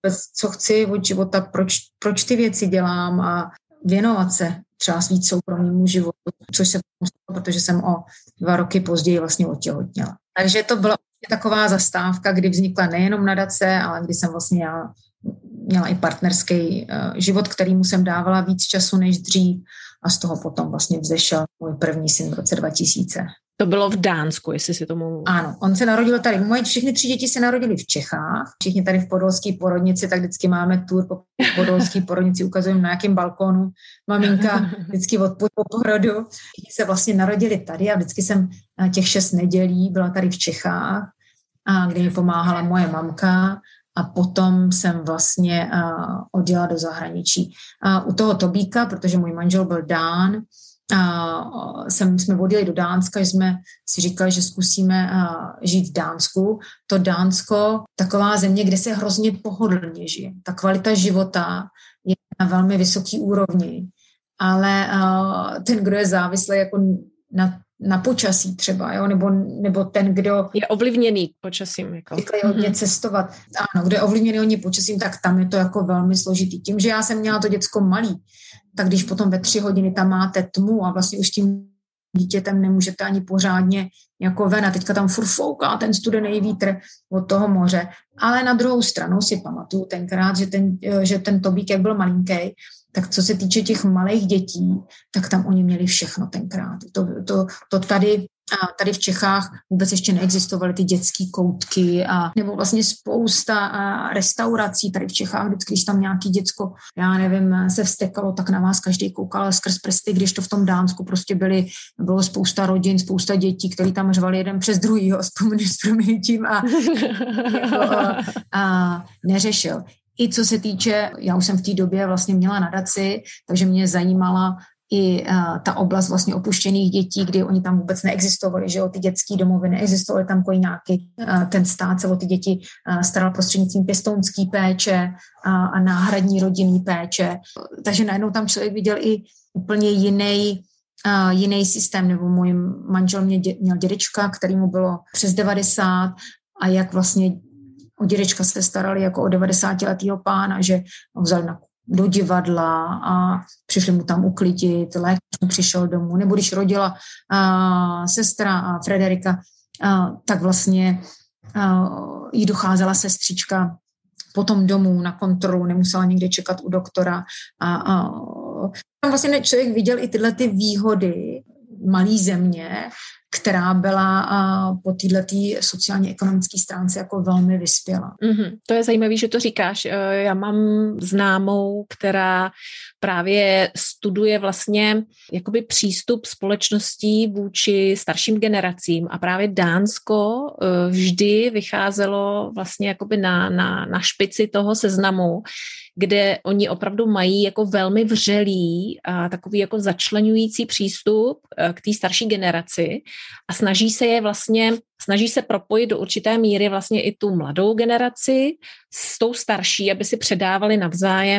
B: co chci od života, proč, proč ty věci dělám a věnovat se třeba víc soukromému životu, což se stalo, protože jsem o dva roky později vlastně otěhotněla. Takže to byla taková zastávka, kdy vznikla nejenom nadace, ale kdy jsem vlastně já měla i partnerský uh, život, kterýmu jsem dávala víc času než dřív a z toho potom vlastně vzešel můj první syn v roce dva tisíce.
A: To bylo v Dánsku, jestli si tomu...
B: Ano, on se narodil tady. Moje všechny tři děti se narodily v Čechách. Všichni tady v podolské porodnici, tak vždycky máme tour po podolské porodnici, ukazujeme na jakém balkónu. Maminka vždycky od po porodu. Všichni se vlastně narodili tady a vždycky jsem těch šest nedělí byla tady v Čechách, a kde mi pomáhala moje mamka. A potom jsem vlastně uh, odjela do zahraničí. Uh, u toho Tobíka, protože můj manžel byl Dán, uh, jsem, jsme odjeli do Dánska, že jsme si říkali, že zkusíme uh, žít v Dánsku. To Dánsko, taková země, kde se hrozně pohodlně žije. Ta kvalita života je na velmi vysoký úrovni, ale uh, ten, kdo je závislý jako na na počasí třeba, jo? Nebo, nebo ten, kdo...
A: Je ovlivněný počasím. Jako.
B: Je hodně cestovat. Ano, kdo je ovlivněný hodně počasím, tak tam je to jako velmi složitý. Tím, že já jsem měla to děcko malý, tak když potom ve tři hodiny tam máte tmu a vlastně už tím dítětem nemůžete ani pořádně jako ven a teďka tam furt fouká ten studený vítr od toho moře. Ale na druhou stranu si pamatuju tenkrát, že ten, že ten Tobík, jak byl malinký, tak co se týče těch malých dětí, tak tam oni měli všechno tenkrát. To, to, to tady, a tady v Čechách vůbec ještě neexistovaly ty dětský koutky a nebo vlastně spousta a restaurací tady v Čechách, vždycky, když tam nějaký děcko, já nevím, se vztekalo, tak na vás každý koukal skrz prsty, když to v tom Dánsku prostě byly, bylo spousta rodin, spousta dětí, který tam řvali jeden přes druhýho s prominutím a, a, a neřešil. I co se týče, já už jsem v té době vlastně měla nadaci, takže mě zajímala i uh, ta oblast vlastně opuštěných dětí, kdy oni tam vůbec neexistovali, že jo, ty dětský domovy neexistovaly, tam nějaký uh, ten stát se o ty děti uh, staral prostřednictvím pěstounský péče uh, a náhradní rodinný péče. Takže najednou tam člověk viděl i úplně jiný uh, jiný systém, nebo můj manžel mě dě, měl dědečka, který mu bylo přes devadesát a jak vlastně o dědečka se starali jako o devadesátiletýho pána, že ho vzali na, do divadla a přišli mu tam uklidit, lékař mu přišel domů, nebo když rodila uh, sestra a Frederika, uh, tak vlastně uh, jí docházela sestřička potom domů na kontrolu, nemusela nikde čekat u doktora a, a tam vlastně člověk viděl i tyhle ty výhody malý země, která byla uh, po této sociálně-ekonomické stránce jako velmi vyspělá.
A: Mm-hmm. To je zajímavé, že to říkáš. Já mám známou, která právě studuje vlastně jakoby přístup společností vůči starším generacím a právě Dánsko vždy vycházelo vlastně jakoby na, na, na špici toho seznamu, kde oni opravdu mají jako velmi vřelý a takový jako začleňující přístup k té starší generaci a snaží se je vlastně, snaží se propojit do určité míry vlastně i tu mladou generaci s tou starší, aby si předávali navzájem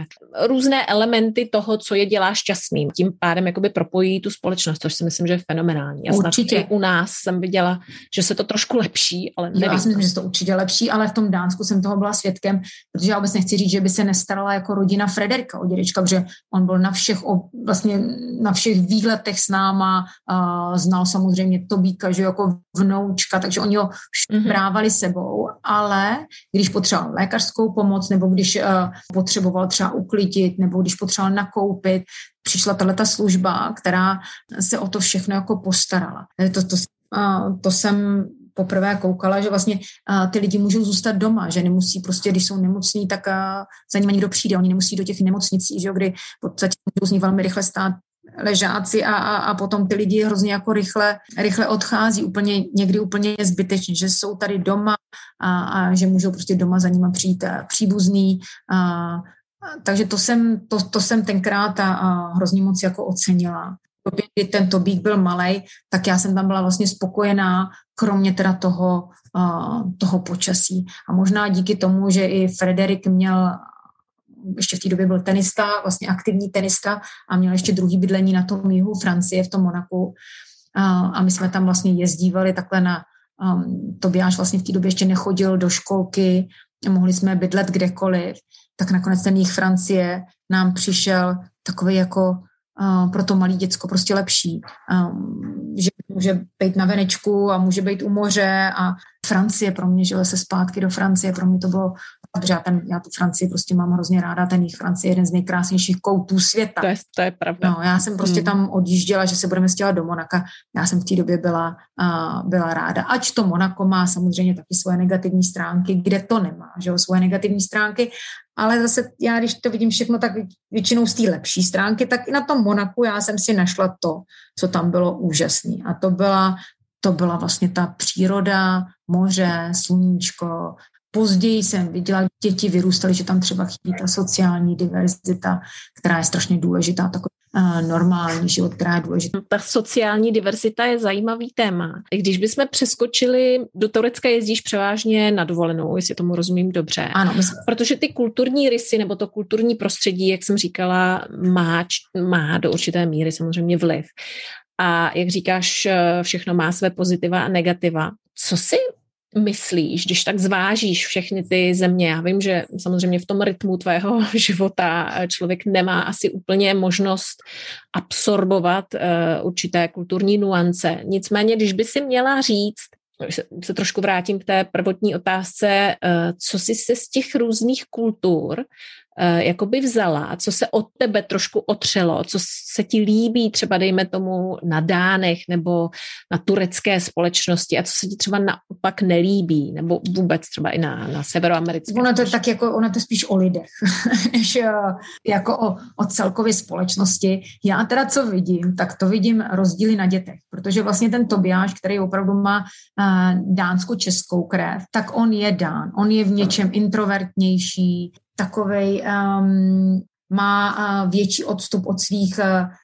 A: různé elementy toho, co je dělá šťastným. Tím pádem jakoby propojí tu společnost, což si myslím, že je fenomenální. A
B: určitě.
A: I u nás jsem viděla, že se to trošku lepší, ale nevím.
B: Já si myslím, že to určitě lepší, ale v tom Dánsku jsem toho byla svědkem, protože já vůbec nechci říct, že by se nestarala jako rodina Frederika o dědečka, protože on byl na všech, vlastně na všech výletech s náma, a znal samozřejmě Tobíka, že jako vnoučka, takže oni ho mm-hmm. brávali sebou, ale když potřeboval lékařskou pomoc, nebo když uh, potřeboval třeba uklidit, nebo když potřeboval nakoupit, přišla tato služba, která se o to všechno jako postarala. To, to, uh, to jsem poprvé koukala, že vlastně uh, ty lidi můžou zůstat doma, že nemusí prostě, když jsou nemocní, tak uh, za nimi někdo přijde, oni nemusí do těch nemocnicí, že, kdy v podstatě můžou z ní velmi rychle stát ležáci a, a, a potom ty lidi hrozně jako rychle, rychle odchází, úplně, někdy úplně zbytečně, že jsou tady doma a, a že můžou prostě doma za nima přijít příbuzný. A, a, takže to jsem, to, to jsem tenkrát a, a hrozně moc jako ocenila. Kdy ten Tobík byl malej, tak já jsem tam byla vlastně spokojená, kromě teda toho, a, toho počasí. A možná díky tomu, že i Frederik měl ještě v té době byl tenista, vlastně aktivní tenista a měl ještě druhý bydlení na tom jihu Francie, v tom Monaku. A, a my jsme tam vlastně jezdívali takhle na, um, Tobiáš vlastně v té době ještě nechodil do školky, mohli jsme bydlet kdekoliv, tak nakonec ten jich Francie nám přišel takový jako uh, pro to malé děcko prostě lepší. Um, že může být na venečku a může být u moře a Francie pro mě, žila se zpátky do Francie, pro mě to bylo, protože já, ten, já tu Francii prostě mám hrozně ráda, ten jich Francie je jeden z nejkrásnějších koutů světa.
A: To je, to je pravda.
B: No, já jsem prostě
A: hmm.
B: tam odjížděla, že se budeme stěhovat do Monaka, já jsem v té době byla, uh, byla ráda. Ač to Monako má samozřejmě taky svoje negativní stránky, kde to nemá, že jo, svoje negativní stránky, ale zase já, když to vidím všechno, tak většinou z té lepší stránky, tak i na tom Monaku já jsem si našla to, co tam bylo úžasné. A to byla, to byla vlastně ta příroda, moře, sluníčko. Později jsem viděla, děti vyrůstaly, že tam třeba chybí ta sociální diverzita, která je strašně důležitá, takový uh, normální život, která je důležitá.
A: Ta sociální diverzita je zajímavý téma. Když bychom přeskočili, do Turecka jezdíš převážně na dovolenou, jestli tomu rozumím dobře.
B: Ano. Myslím.
A: Protože ty kulturní rysy nebo to kulturní prostředí, jak jsem říkala, má, má do určité míry samozřejmě vliv. A jak říkáš, všechno má své pozitiva a negativa. Co si myslíš, když tak zvážíš všechny ty země? Já vím, že samozřejmě v tom rytmu tvého života člověk nemá asi úplně možnost absorbovat uh, určité kulturní nuance. Nicméně, když by si měla říct, se, se trošku vrátím k té prvotní otázce, uh, co jsi se z těch různých kultur jakoby vzala, co se od tebe trošku otřelo, co se ti líbí třeba dejme tomu na Dánech nebo na turecké společnosti a co se ti třeba naopak nelíbí, nebo vůbec třeba i na, na severoamerické.
B: Ono to je tak jako, ono to je spíš o lidech, než jako o, o celkové společnosti. Já teda co vidím, tak to vidím rozdíly na dětech, protože vlastně ten Tobiáš, který opravdu má uh, dánskou-českou krev, tak on je Dán, on je v něčem introvertnější, takovej, um, má uh, větší odstup od svých uh,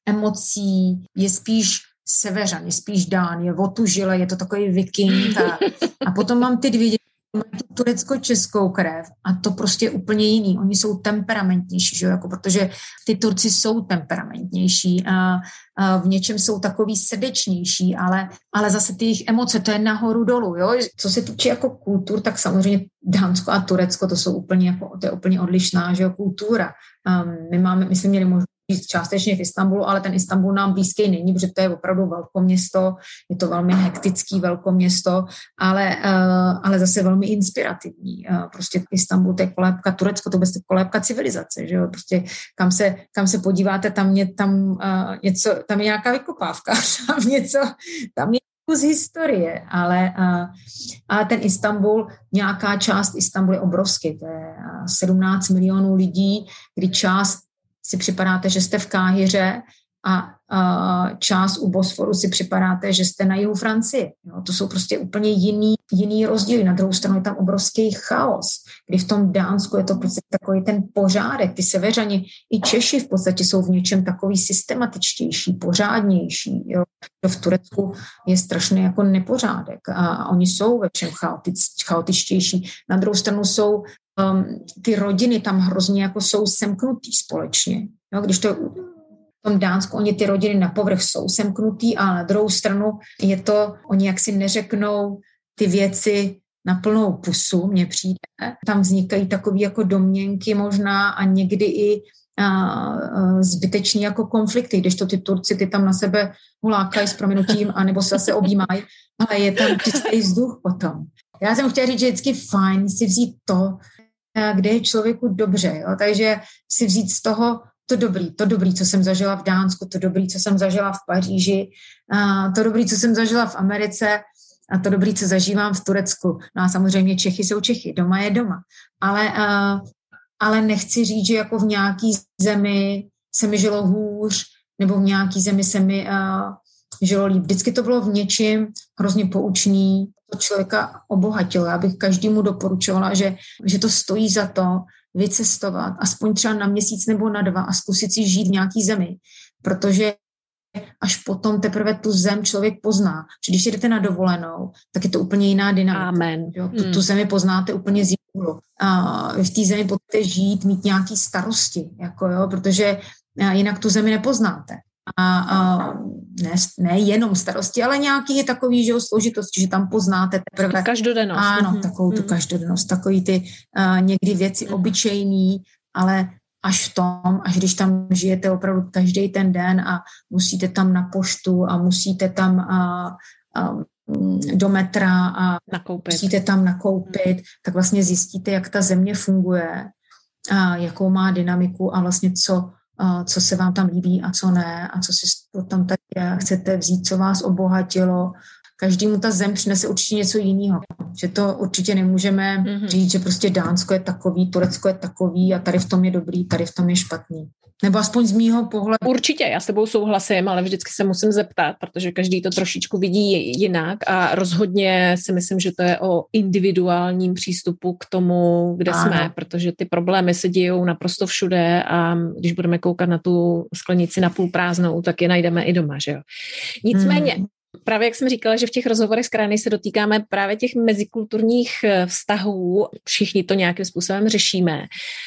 B: emocí, je spíš severan, je spíš Dán, je otužile, je to takový viking. A, a potom mám ty dvě děti, mají tu turecko-českou krev a to prostě je úplně jiný. Oni jsou temperamentnější, že? Jako, protože ty Turci jsou temperamentnější a, a v něčem jsou takový srdečnější, ale, ale zase ty jejich emoce, to je nahoru dolů. Jo? Co se týče jako kultur, tak samozřejmě Dánsko a Turecko, to jsou úplně, jako, to je úplně odlišná, že jo, kultura. Um, my máme, my jsme měli možnost žít částečně v Istanbulu, ale ten Istanbul nám blízký není, protože to je opravdu velkoměsto, je to velmi hektický velkoměsto, ale, uh, ale zase velmi inspirativní. Uh, prostě Istanbul, to je kolébka, Turecko, to je kolébka civilizace, že jo, prostě kam se, kam se podíváte, tam je, tam, uh, něco, tam je nějaká vykopávka, tam něco, tam je z historie, ale uh, a ten Istanbul, nějaká část Istanbul je obrovský, to je uh, sedmnáct milionů lidí, kdy část si připadáte, že jste v Káhiře a uh, část u Bosforu si připadáte, že jste na jihu Francie. Jo, to jsou prostě úplně jiný, jiný rozdíly. Na druhou stranu je tam obrovský chaos, kdy v tom Dánsku je to prostě takový ten pořádek. Ty severani i Češi v podstatě jsou v něčem takový systematičtější, pořádnější. Jo. V Turecku je strašný jako nepořádek a oni jsou ve všem chaotič, chaotičtější. Na druhou stranu jsou um, ty rodiny tam hrozně jako jsou semknutý společně. Jo, když to v tom Dánsku, oni ty rodiny na povrch jsou semknutý a na druhou stranu je to, oni jaksi neřeknou ty věci na plnou pusu, mně přijde. Tam vznikají takové jako domněnky možná a někdy i a, a, zbytečný jako konflikty, když to ty Turci, ty tam na sebe hulákají s prominutím anebo se zase objímají, ale je tam čistý vzduch potom. Já jsem chtěla říct, že je vždycky fajn si vzít to, kde je člověku dobře, jo? Takže si vzít z toho to dobrý, to dobrý, co jsem zažila v Dánsku, to dobrý, co jsem zažila v Paříži, a to dobrý, co jsem zažila v Americe a to dobrý, co zažívám v Turecku. No a samozřejmě Čechy jsou Čechy, doma je doma. Ale, a, ale nechci říct, že jako v nějaký zemi se mi žilo hůř, nebo v nějaký zemi se mi a, žilo líp. Vždycky to bylo v něčím hrozně poučný, to člověka obohatilo. Já bych každému doporučovala, že, že to stojí za to vycestovat, aspoň třeba na měsíc nebo na dva a zkusit si žít v nějaký zemi, protože až potom teprve tu zem člověk pozná. Že když jdete na dovolenou, tak je to úplně jiná dynamika.
A: Amen.
B: Jo? Tu, tu zemi poznáte úplně z jiného. A v té zemi budete žít, mít nějaký starosti, jako jo, protože jinak tu zemi nepoznáte. a, a ne, ne jenom starosti, ale nějaký je takový, že jo, složitosti, že tam poznáte teprve.
A: Každodennost.
B: Ano,
A: mm-hmm.
B: takovou tu každodennost, takový ty uh, někdy věci mm-hmm. obyčejný, ale až v tom, až když tam žijete opravdu každý ten den a musíte tam na poštu a musíte tam uh, uh, do metra a
A: nakoupit.
B: musíte tam nakoupit, tak vlastně zjistíte, jak ta země funguje, a jakou má dynamiku a vlastně co, a co se vám tam líbí a co ne a co si tam tak chcete vzít, co vás obohatilo. Každému ta zem přinese určitě něco jiného. Že to určitě nemůžeme mm-hmm. říct, že prostě Dánsko je takový, Turecko je takový a tady v tom je dobrý, tady v tom je špatný. Nebo aspoň z mýho pohledu.
A: Určitě, já s tebou souhlasím, ale vždycky se musím zeptat, protože každý to trošičku vidí jinak a rozhodně si myslím, že to je o individuálním přístupu k tomu, kde ano. jsme, protože ty problémy se dějou naprosto všude a když budeme koukat na tu sklenici napůl prázdnou, tak je najdeme i doma, že jo. Nicméně, hmm. právě jak jsem říkala, že v těch rozhovorech s Krény se dotýkáme právě těch mezikulturních vztahů, všichni to nějakým způsobem řešíme.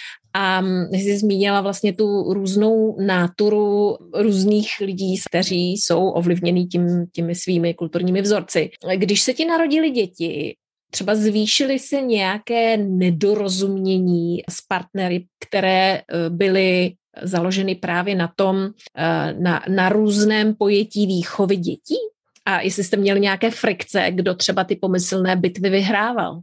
A: A jsi zmínila vlastně tu různou náturu různých lidí, kteří jsou ovlivněni tím, těmi svými kulturními vzorci. Když se ti narodili děti, třeba zvýšily se nějaké nedorozumění s partnery, které byly založeny právě na tom, na, na různém pojetí výchovy dětí? A jestli jste měli nějaké frikce, kdo třeba ty pomyslné bitvy vyhrával?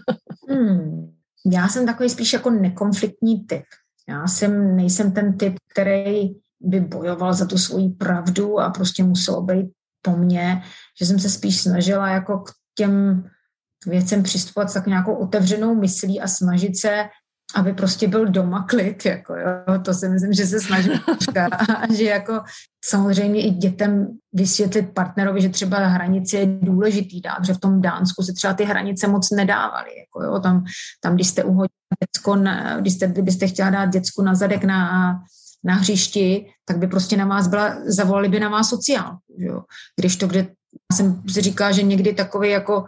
B: hmm. Já jsem takový spíš jako nekonfliktní typ. Já jsem, nejsem ten typ, který by bojoval za tu svoji pravdu a prostě muselo být po mně, že jsem se spíš snažila jako k těm věcem přistupovat tak nějakou otevřenou myslí a snažit se, aby prostě byl doma klid, jako jo, to si myslím, že se snažím a že jako samozřejmě i dětem vysvětlit partnerovi, že třeba hranice je důležitý dát, že v tom Dánsku se třeba ty hranice moc nedávaly, jako jo, tam, tam když jste uhodili děcko, na, když jste, kdybyste chtěla dát děcku na zadek na, na hřišti, tak by prostě na vás byla, zavolali by na vás sociálku, jo, když to, kde já jsem si říkala, že někdy takový jako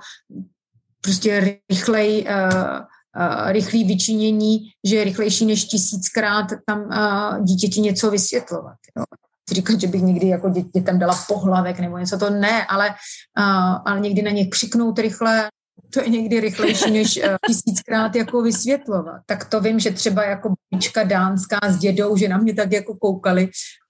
B: prostě rychlej uh, Uh, rychlý vyčinění, že je rychlejší než tisíckrát tam uh, dítěti něco vysvětlovat. Jo. Říkat, že bych někdy jako dě, dětem dala pohlavek nebo něco, to ne, ale, uh, ale někdy na ně křiknout rychle, to je někdy rychlejší než uh, tisíckrát jako vysvětlovat. Tak to vím, že třeba jako babička dánská s dědou, že na mě tak jako koukali.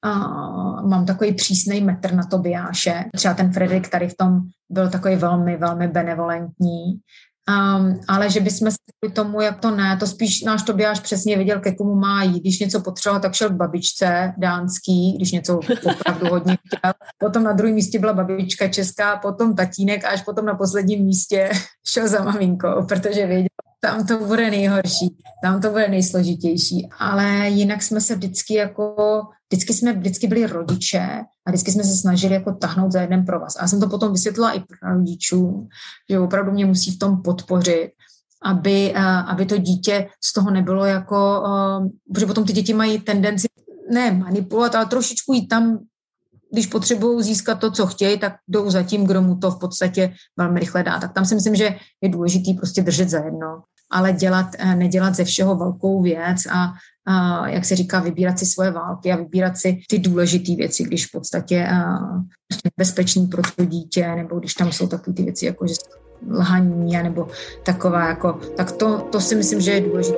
B: Uh, mám takový přísnej metr na Tobiáše. Třeba ten Fredrik tady v tom byl takový velmi, velmi benevolentní. Um, ale že bychom se kvůli tomu, jak to ne, to spíš náš Tobiáš přesně věděl, ke komu má jít. Když něco potřeboval, tak šel k babičce dánský, když něco opravdu hodně chtěl. Potom na druhém místě byla babička česká, potom tatínek a až potom na posledním místě šel za maminkou, protože věděl, tam to bude nejhorší, tam to bude nejsložitější. Ale jinak jsme se vždycky jako, vždycky jsme vždycky byli rodiče a vždycky jsme se snažili jako tahnout za jeden provaz. A já jsem to potom vysvětlila i pro rodičům, že opravdu mě musí v tom podpořit, aby, aby to dítě z toho nebylo jako, protože potom ty děti mají tendenci ne manipulovat, ale trošičku jít tam, když potřebují získat to, co chtějí, tak jdou za tím, kdo mu to v podstatě velmi rychle dá. Tak tam si myslím, že je důležitý prostě držet za jedno, ale dělat, nedělat ze všeho velkou věc a, a jak se říká, vybírat si svoje války a vybírat si ty důležité věci, když v podstatě prostě bezpečný pro to dítě, nebo když tam jsou takové ty věci, jako že lhaní, nebo taková, jako, tak to, to si myslím, že je důležité.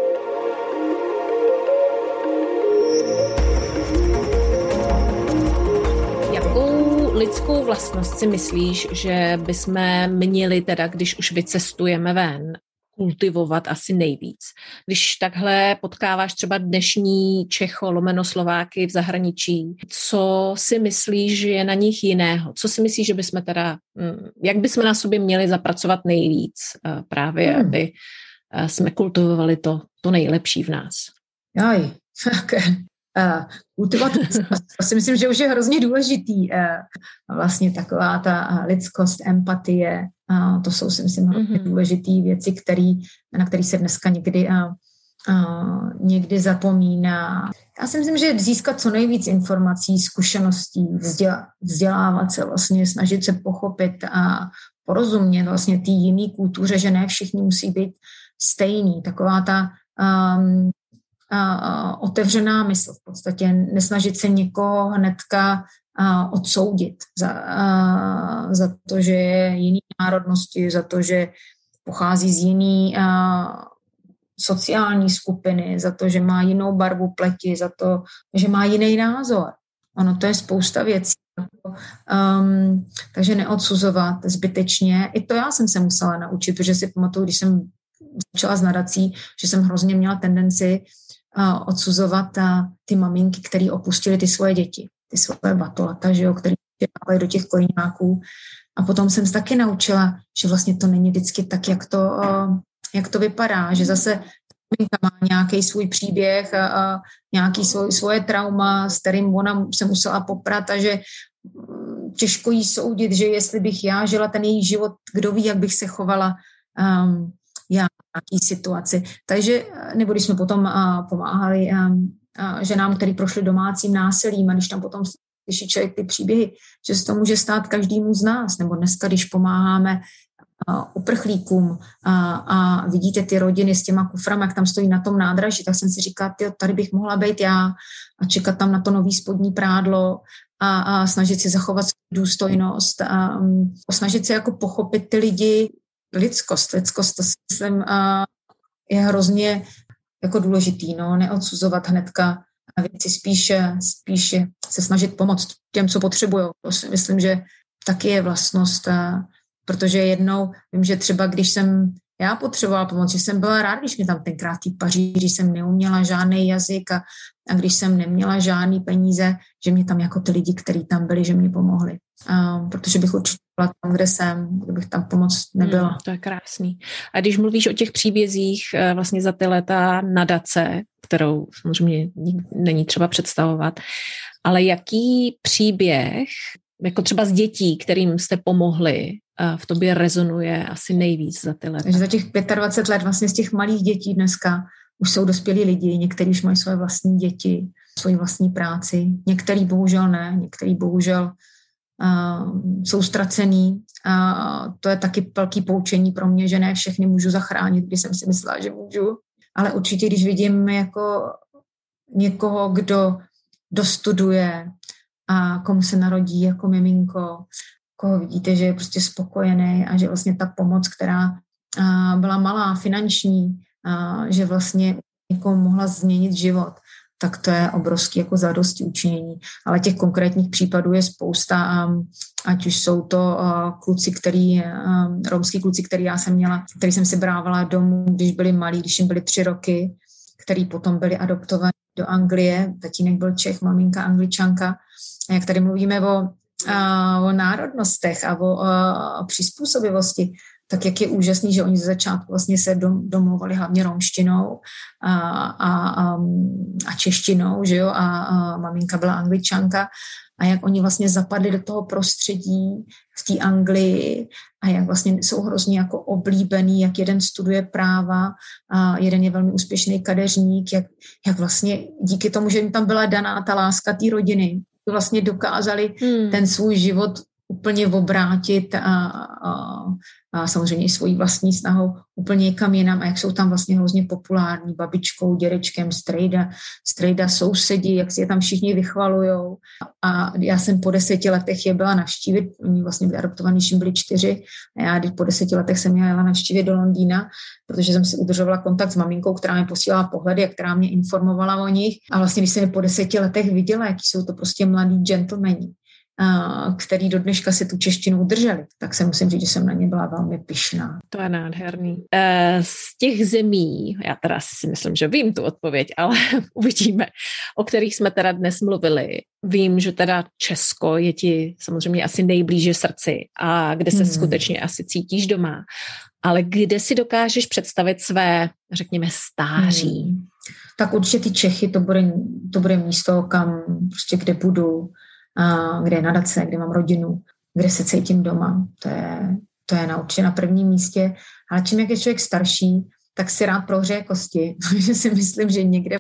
A: Lidskou vlastnost si myslíš, že bychom měli teda, když už vycestujeme ven, kultivovat asi nejvíc? Když takhle potkáváš třeba dnešní Čecho, lomeno Slováky v zahraničí, co si myslíš, že je na nich jiného? Co si myslíš, že bychom teda, jak bychom na sobě měli zapracovat nejvíc právě, hmm. aby jsme kultivovali to, to nejlepší v nás?
B: Jaj, okay. Uh, kultivovat, to si myslím, že už je hrozně důležitý. Uh, vlastně taková ta lidskost, empatie, uh, to jsou si myslím hrozně mm-hmm. důležitý věci, který, na který se dneska někdy, uh, uh, někdy zapomíná. Já si myslím, že získat co nejvíc informací, zkušeností, vzděla, vzdělávat se, vlastně snažit se pochopit a porozumět vlastně té jiné kultuře, že ne všichni musí být stejný. Taková ta um, A, a, otevřená mysl v podstatě, nesnažit se někoho hnedka a, odsoudit za, a, za to, že je jiný národnosti, za to, že pochází z jiný a, sociální skupiny, za to, že má jinou barvu pleti, za to, že má jiný názor. Ono to je spousta věcí. Um, takže neodsuzovat zbytečně. I to já jsem se musela naučit, protože si pamatuju, když jsem začala s nadací, že jsem hrozně měla tendenci uh, odsuzovat uh, ty maminky, které opustily ty svoje děti, ty svoje batolata, že jo, které dávají do těch kojíňáků. A potom jsem se taky naučila, že vlastně to není vždycky tak, jak to, uh, jak to vypadá, že zase maminka má nějaký svůj příběh a, a nějaký svoj, svoje trauma, s kterým ona se musela poprat a že těžko jí soudit, že jestli bych já žila ten její život, kdo ví, jak bych se chovala um, já v nějaký situaci. Takže, nebo když jsme potom uh, pomáhali um, uh, ženám, který prošli domácím násilím a když tam potom slyší člověk ty příběhy, že se to může stát každému z nás, nebo dneska, když pomáháme uprchlíkům a, a vidíte ty rodiny s těma kuframa, jak tam stojí na tom nádraží, tak jsem si říkala, tyjo, tady bych mohla být já a čekat tam na to nový spodní prádlo a, a snažit si zachovat důstojnost a um, snažit se jako pochopit ty lidi, lidskost, lidskost, to si myslím a je hrozně jako důležitý, no, neodsuzovat hnedka a věci spíše, spíše se snažit pomoct těm, co potřebují. To si myslím, že taky je vlastnost a protože jednou, vím, že třeba když jsem já potřebovala pomoc, že jsem byla rád, když mě tam tenkrát v Paříži, jsem neuměla žádný jazyk a, a když jsem neměla žádný peníze, že mě tam jako ty lidi, kteří tam byli, že mě pomohli. A, protože bych určitě byla tam, kde jsem, kdybych tam pomoc nebyla.
A: Hmm, to je krásný. A když mluvíš o těch příbězích vlastně za ty léta nadace, kterou samozřejmě není třeba představovat, ale jaký příběh, jako třeba z dětí, kterým jste pomohli, v tobě rezonuje asi nejvíc za ty leta?
B: Takže za těch dvacet pět let vlastně z těch malých dětí dneska už jsou dospělí lidi, někteří už mají své vlastní děti, svoji vlastní práci, některý bohužel ne, některý bohužel uh, jsou ztracený. Uh, to je taky velký poučení pro mě, že ne všechny můžu zachránit, když jsem si myslela, že můžu. Ale určitě, když vidím jako někoho, kdo dostuduje a komu se narodí jako miminko, koho vidíte, že je prostě spokojený a že vlastně ta pomoc, která uh, byla malá, finanční, uh, že vlastně někomu mohla změnit život, tak to je obrovský jako zadosti učinění. Ale těch konkrétních případů je spousta, um, ať už jsou to uh, kluci, který, um, romský kluci, který já jsem měla, který jsem si brávala domů, když byli malí, když jim byli tři roky, který potom byli adoptovaní do Anglie, tatínek byl Čech, maminka Angličanka. A jak tady mluvíme o A o národnostech a o, o přizpůsobivosti, tak jak je úžasný, že oni ze začátku vlastně se dom, domluvali hlavně romštinou a, a, a, a češtinou, že jo, a, a maminka byla Angličanka a jak oni vlastně zapadli do toho prostředí v té Anglii a jak vlastně jsou hrozně jako oblíbený, jak jeden studuje práva a jeden je velmi úspěšný kadeřník, jak, jak vlastně díky tomu, že jim tam byla daná ta láska té rodiny, vlastně dokázali hmm. ten svůj život úplně obrátit a, a, a samozřejmě i svojí vlastní snahou úplně někam jinam a jak jsou tam vlastně hrozně populární babičkou, dědečkem, strejda, strejda sousedi, jak si je tam všichni vychvalujou. A já jsem po deseti letech je byla navštívit, oni vlastně byli adoptovaní, když jim byli čtyři a já po deseti letech jsem jela navštívit do Londýna, protože jsem si udržovala kontakt s maminkou, která mi posílala pohledy a která mě informovala o nich. A vlastně, když jsem je po deseti letech viděla, jaký jsou to prostě mladí gentlemani, který do dneška si tu češtinu udrželi, tak se musím říct, že jsem na ně byla velmi pyšná.
A: To je nádherný. Z těch zemí, já teda si myslím, že vím tu odpověď, ale uvidíme, o kterých jsme teda dnes mluvili. Vím, že teda Česko je ti samozřejmě asi nejblíže srdci a kde se hmm. skutečně asi cítíš doma. Ale kde si dokážeš představit své, řekněme, stáří? Hmm.
B: Tak určitě ty Čechy, to bude, to bude místo, kam prostě kde budu, a kde je nadace, kde mám rodinu, kde se cítím doma. To je, to je na, určitě na prvním místě. Ale čím jak je člověk starší, tak si rád prohřeje kosti. Takže si myslím, že někde,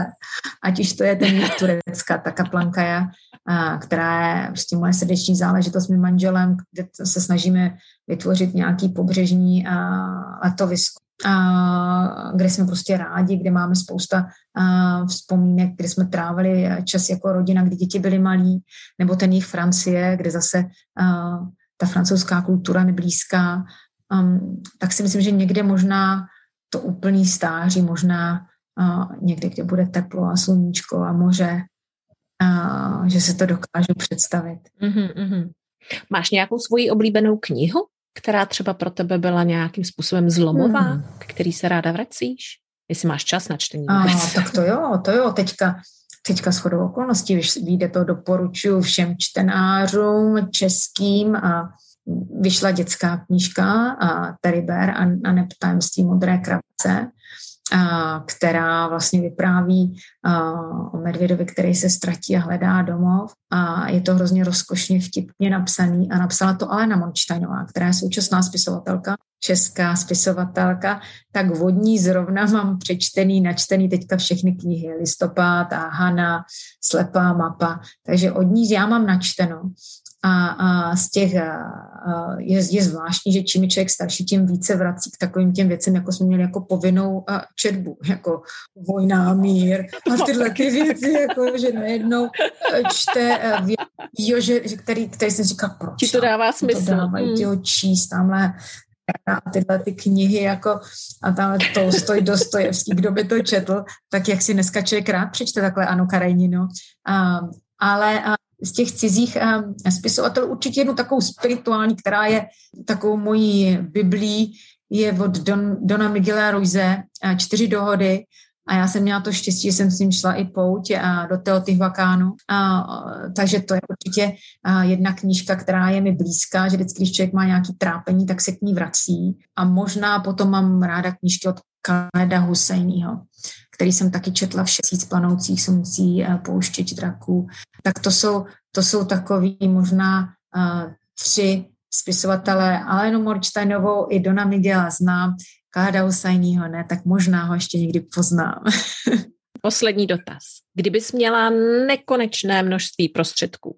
B: ať už to je ten Turecka, ta Kaplankaja, a, která je prostě moje srdeční záležitost s mým manželem, kde se snažíme vytvořit nějaký pobřežní a, letovisko. a kde jsme prostě rádi, kde máme spousta a, vzpomínek, kde jsme trávili čas jako rodina, kdy děti byly malí, nebo ten jich Francie, kde zase a, ta francouzská kultura neblízká. Um, tak si myslím, že někde možná to úplný stáří, možná a, někde, kde bude teplo a sluníčko a moře, a, že se to dokážu představit.
A: Mm-hmm, mm-hmm. Máš nějakou svoji oblíbenou knihu, která třeba pro tebe byla nějakým způsobem zlomová, hmm. k který se ráda vracíš? Jestli máš čas na čtení.
B: A, tak to jo, to jo. Teďka, teďka shodou okolností vyjde to, doporučuji všem čtenářům českým a vyšla dětská knížka a Teddy Bear a, a neb tajemství modré krabice, a, která vlastně vypráví a, o medvědovi, který se ztratí a hledá domov. A je to hrozně rozkošně vtipně napsaný a napsala to Alena Mornsteinová, která je současná spisovatelka, česká spisovatelka, tak vodní zrovna mám přečtený, načtený teďka všechny knihy, Listopad a Hana, Slepá mapa, takže od ní já mám načteno. A, a z těch a, a je, je zvláštní, že čím je člověk starší, tím více vrací k takovým těm věcem, jako jsme měli jako povinnou a, četbu, jako Vojna, mír a tyhle ty věci, jako, že najednou čte, jo, že, který, který jsem říkal, proč?
A: Ti to dává smysl.
B: To dávají
A: mm.
B: tyho číst, tamhle a tyhle ty knihy, jako a tam Tolstoj, Dostojevský, kdo by to četl, tak jak si dneska člověk rád přečte takhle Annu Kareninu. A, ale a, z těch cizích a, spisovatelů určitě jednu takovou spirituální, která je takovou mojí biblí, je od Don, Dona Miguela Ruize, Čtyři dohody. A já jsem měla to štěstí, že jsem s ním šla i pouť a do Teotihuacánu. A, takže to je určitě a, jedna knížka, která je mi blízká, že vždycky, když člověk má nějaký trápení, tak se k ní vrací. A možná potom mám ráda knížky od Khaleda Husajního, který jsem taky četla v Šestíc planoucích sluncí, Pouštěč draků. Tak to jsou, to jsou takový možná a, tři spisovatelé. Alenu Mornsteinovou i Dona Miguela znám, Khaleda Husajního ne, tak možná ho ještě někdy poznám.
A: Poslední dotaz. Kdybys měla nekonečné množství prostředků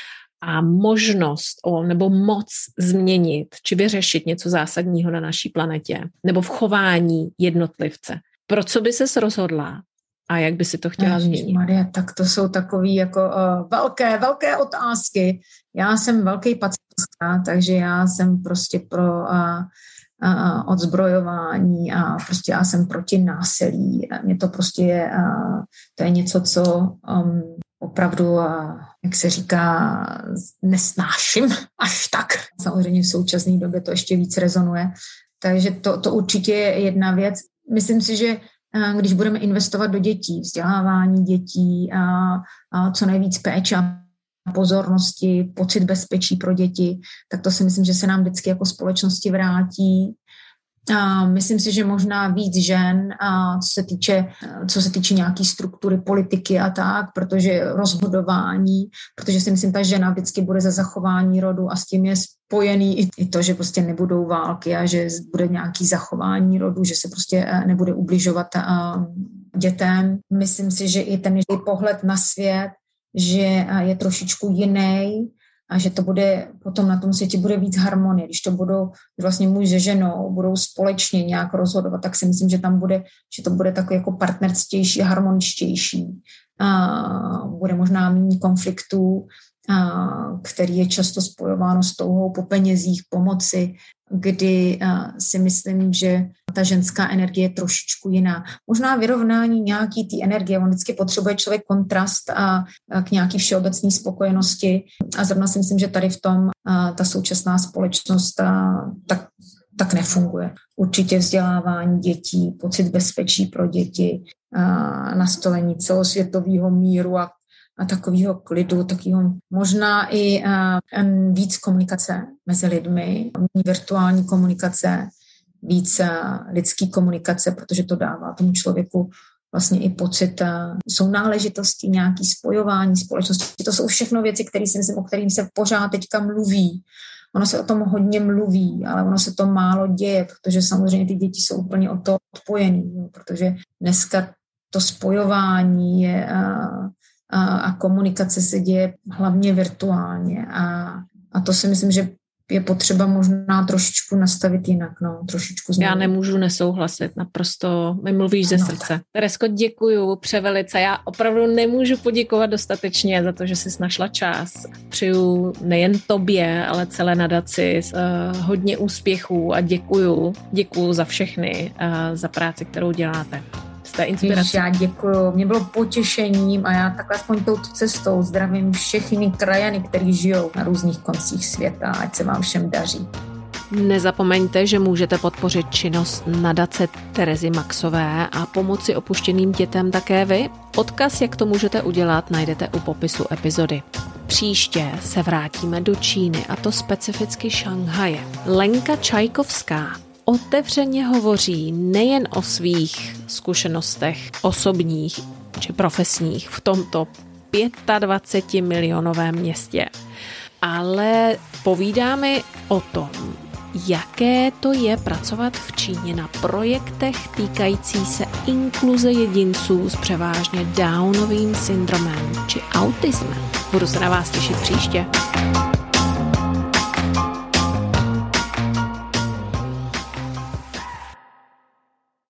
A: a možnost o, nebo moc změnit či vyřešit něco zásadního na naší planetě nebo v chování jednotlivce, pro co by ses rozhodla a jak by si to chtěla
B: Ježiš,
A: změnit?
B: Maria, tak to jsou takový jako uh, velké, velké otázky. Já jsem velký pacifista, takže já jsem prostě pro uh, uh, odzbrojování a prostě já jsem proti násilí. Mně to prostě je, uh, to je něco, co um, opravdu, uh, jak se říká, nesnáším až tak. Samozřejmě v současné době to ještě víc rezonuje. Takže to, to určitě je jedna věc. Myslím si, že když budeme investovat do dětí, vzdělávání dětí a, a co nejvíc péče a pozornosti, pocit bezpečí pro děti, tak to si myslím, že se nám vždycky jako společnosti vrátí. A myslím si, že možná víc žen, a co se týče, co se týče nějaký struktury politiky a tak, protože rozhodování, protože si myslím, ta žena vždycky bude za zachování rodu a s tím je spojený i to, že prostě nebudou války a že bude nějaký zachování rodu, že se prostě nebude ubližovat dětem. Myslím si, že i ten pohled na svět, že je trošičku jiný, a že to bude, potom na tom světě bude víc harmonie. Když to budou vlastně muž se ženou, budou společně nějak rozhodovat, tak si myslím, že tam bude, že to bude takový jako partnerstější, harmoničtější. A bude možná méně konfliktů, a který je často spojováno s touhou po penězích, pomoci, kdy si myslím, že ta ženská energie je trošičku jiná. Možná vyrovnání nějaký té energie, on vždycky potřebuje člověk kontrast a, a k nějaký všeobecné spokojenosti a zrovna si myslím, že tady v tom a, ta současná společnost a, tak, tak nefunguje. Určitě vzdělávání dětí, pocit bezpečí pro děti, a, nastolení celosvětového míru a a takového klidu, takového možná i uh, víc komunikace mezi lidmi, virtuální komunikace, víc uh, lidský komunikace, protože to dává tomu člověku vlastně i pocit uh, sounáležitosti, nějaký spojování společnosti. To jsou všechno věci, které si myslím, o kterým se pořád teďka mluví. Ono se o tom hodně mluví, ale ono se to málo děje, protože samozřejmě ty děti jsou úplně od toho odpojený, jo, protože dneska to spojování je uh, a komunikace se děje hlavně virtuálně a, a to si myslím, že je potřeba možná trošičku nastavit jinak, no, trošičku změnit.
A: Já nemůžu nesouhlasit, naprosto mi mluvíš ze
B: no,
A: srdce. Teresko, děkuju převelice, já opravdu nemůžu poděkovat dostatečně za to, že jsi našla čas. Přeju nejen tobě, ale celé nadaci uh, hodně úspěchů a děkuju, děkuju za všechny, uh, za práci, kterou děláte. Jste inspirací.
B: Já děkuju, mě bylo potěšením a já takhle aspoň touto cestou zdravím všechny krajany, kteří žijou na různých koncích světa, ať se vám všem daří.
A: Nezapomeňte, že můžete podpořit činnost nadace Terezy Maxové a pomoci opuštěným dětem také vy. Odkaz, jak to můžete udělat, najdete u popisu epizody. Příště se vrátíme do Číny, a to specificky Šanghaje. Lenka Čajkovská otevřeně hovoří nejen o svých zkušenostech osobních či profesních v tomto dvacetipětimilionovém městě, ale povídá mi o tom, jaké to je pracovat v Číně na projektech týkající se inkluze jedinců s převážně Downovým syndromem či autismem. Budu se na vás těšit příště.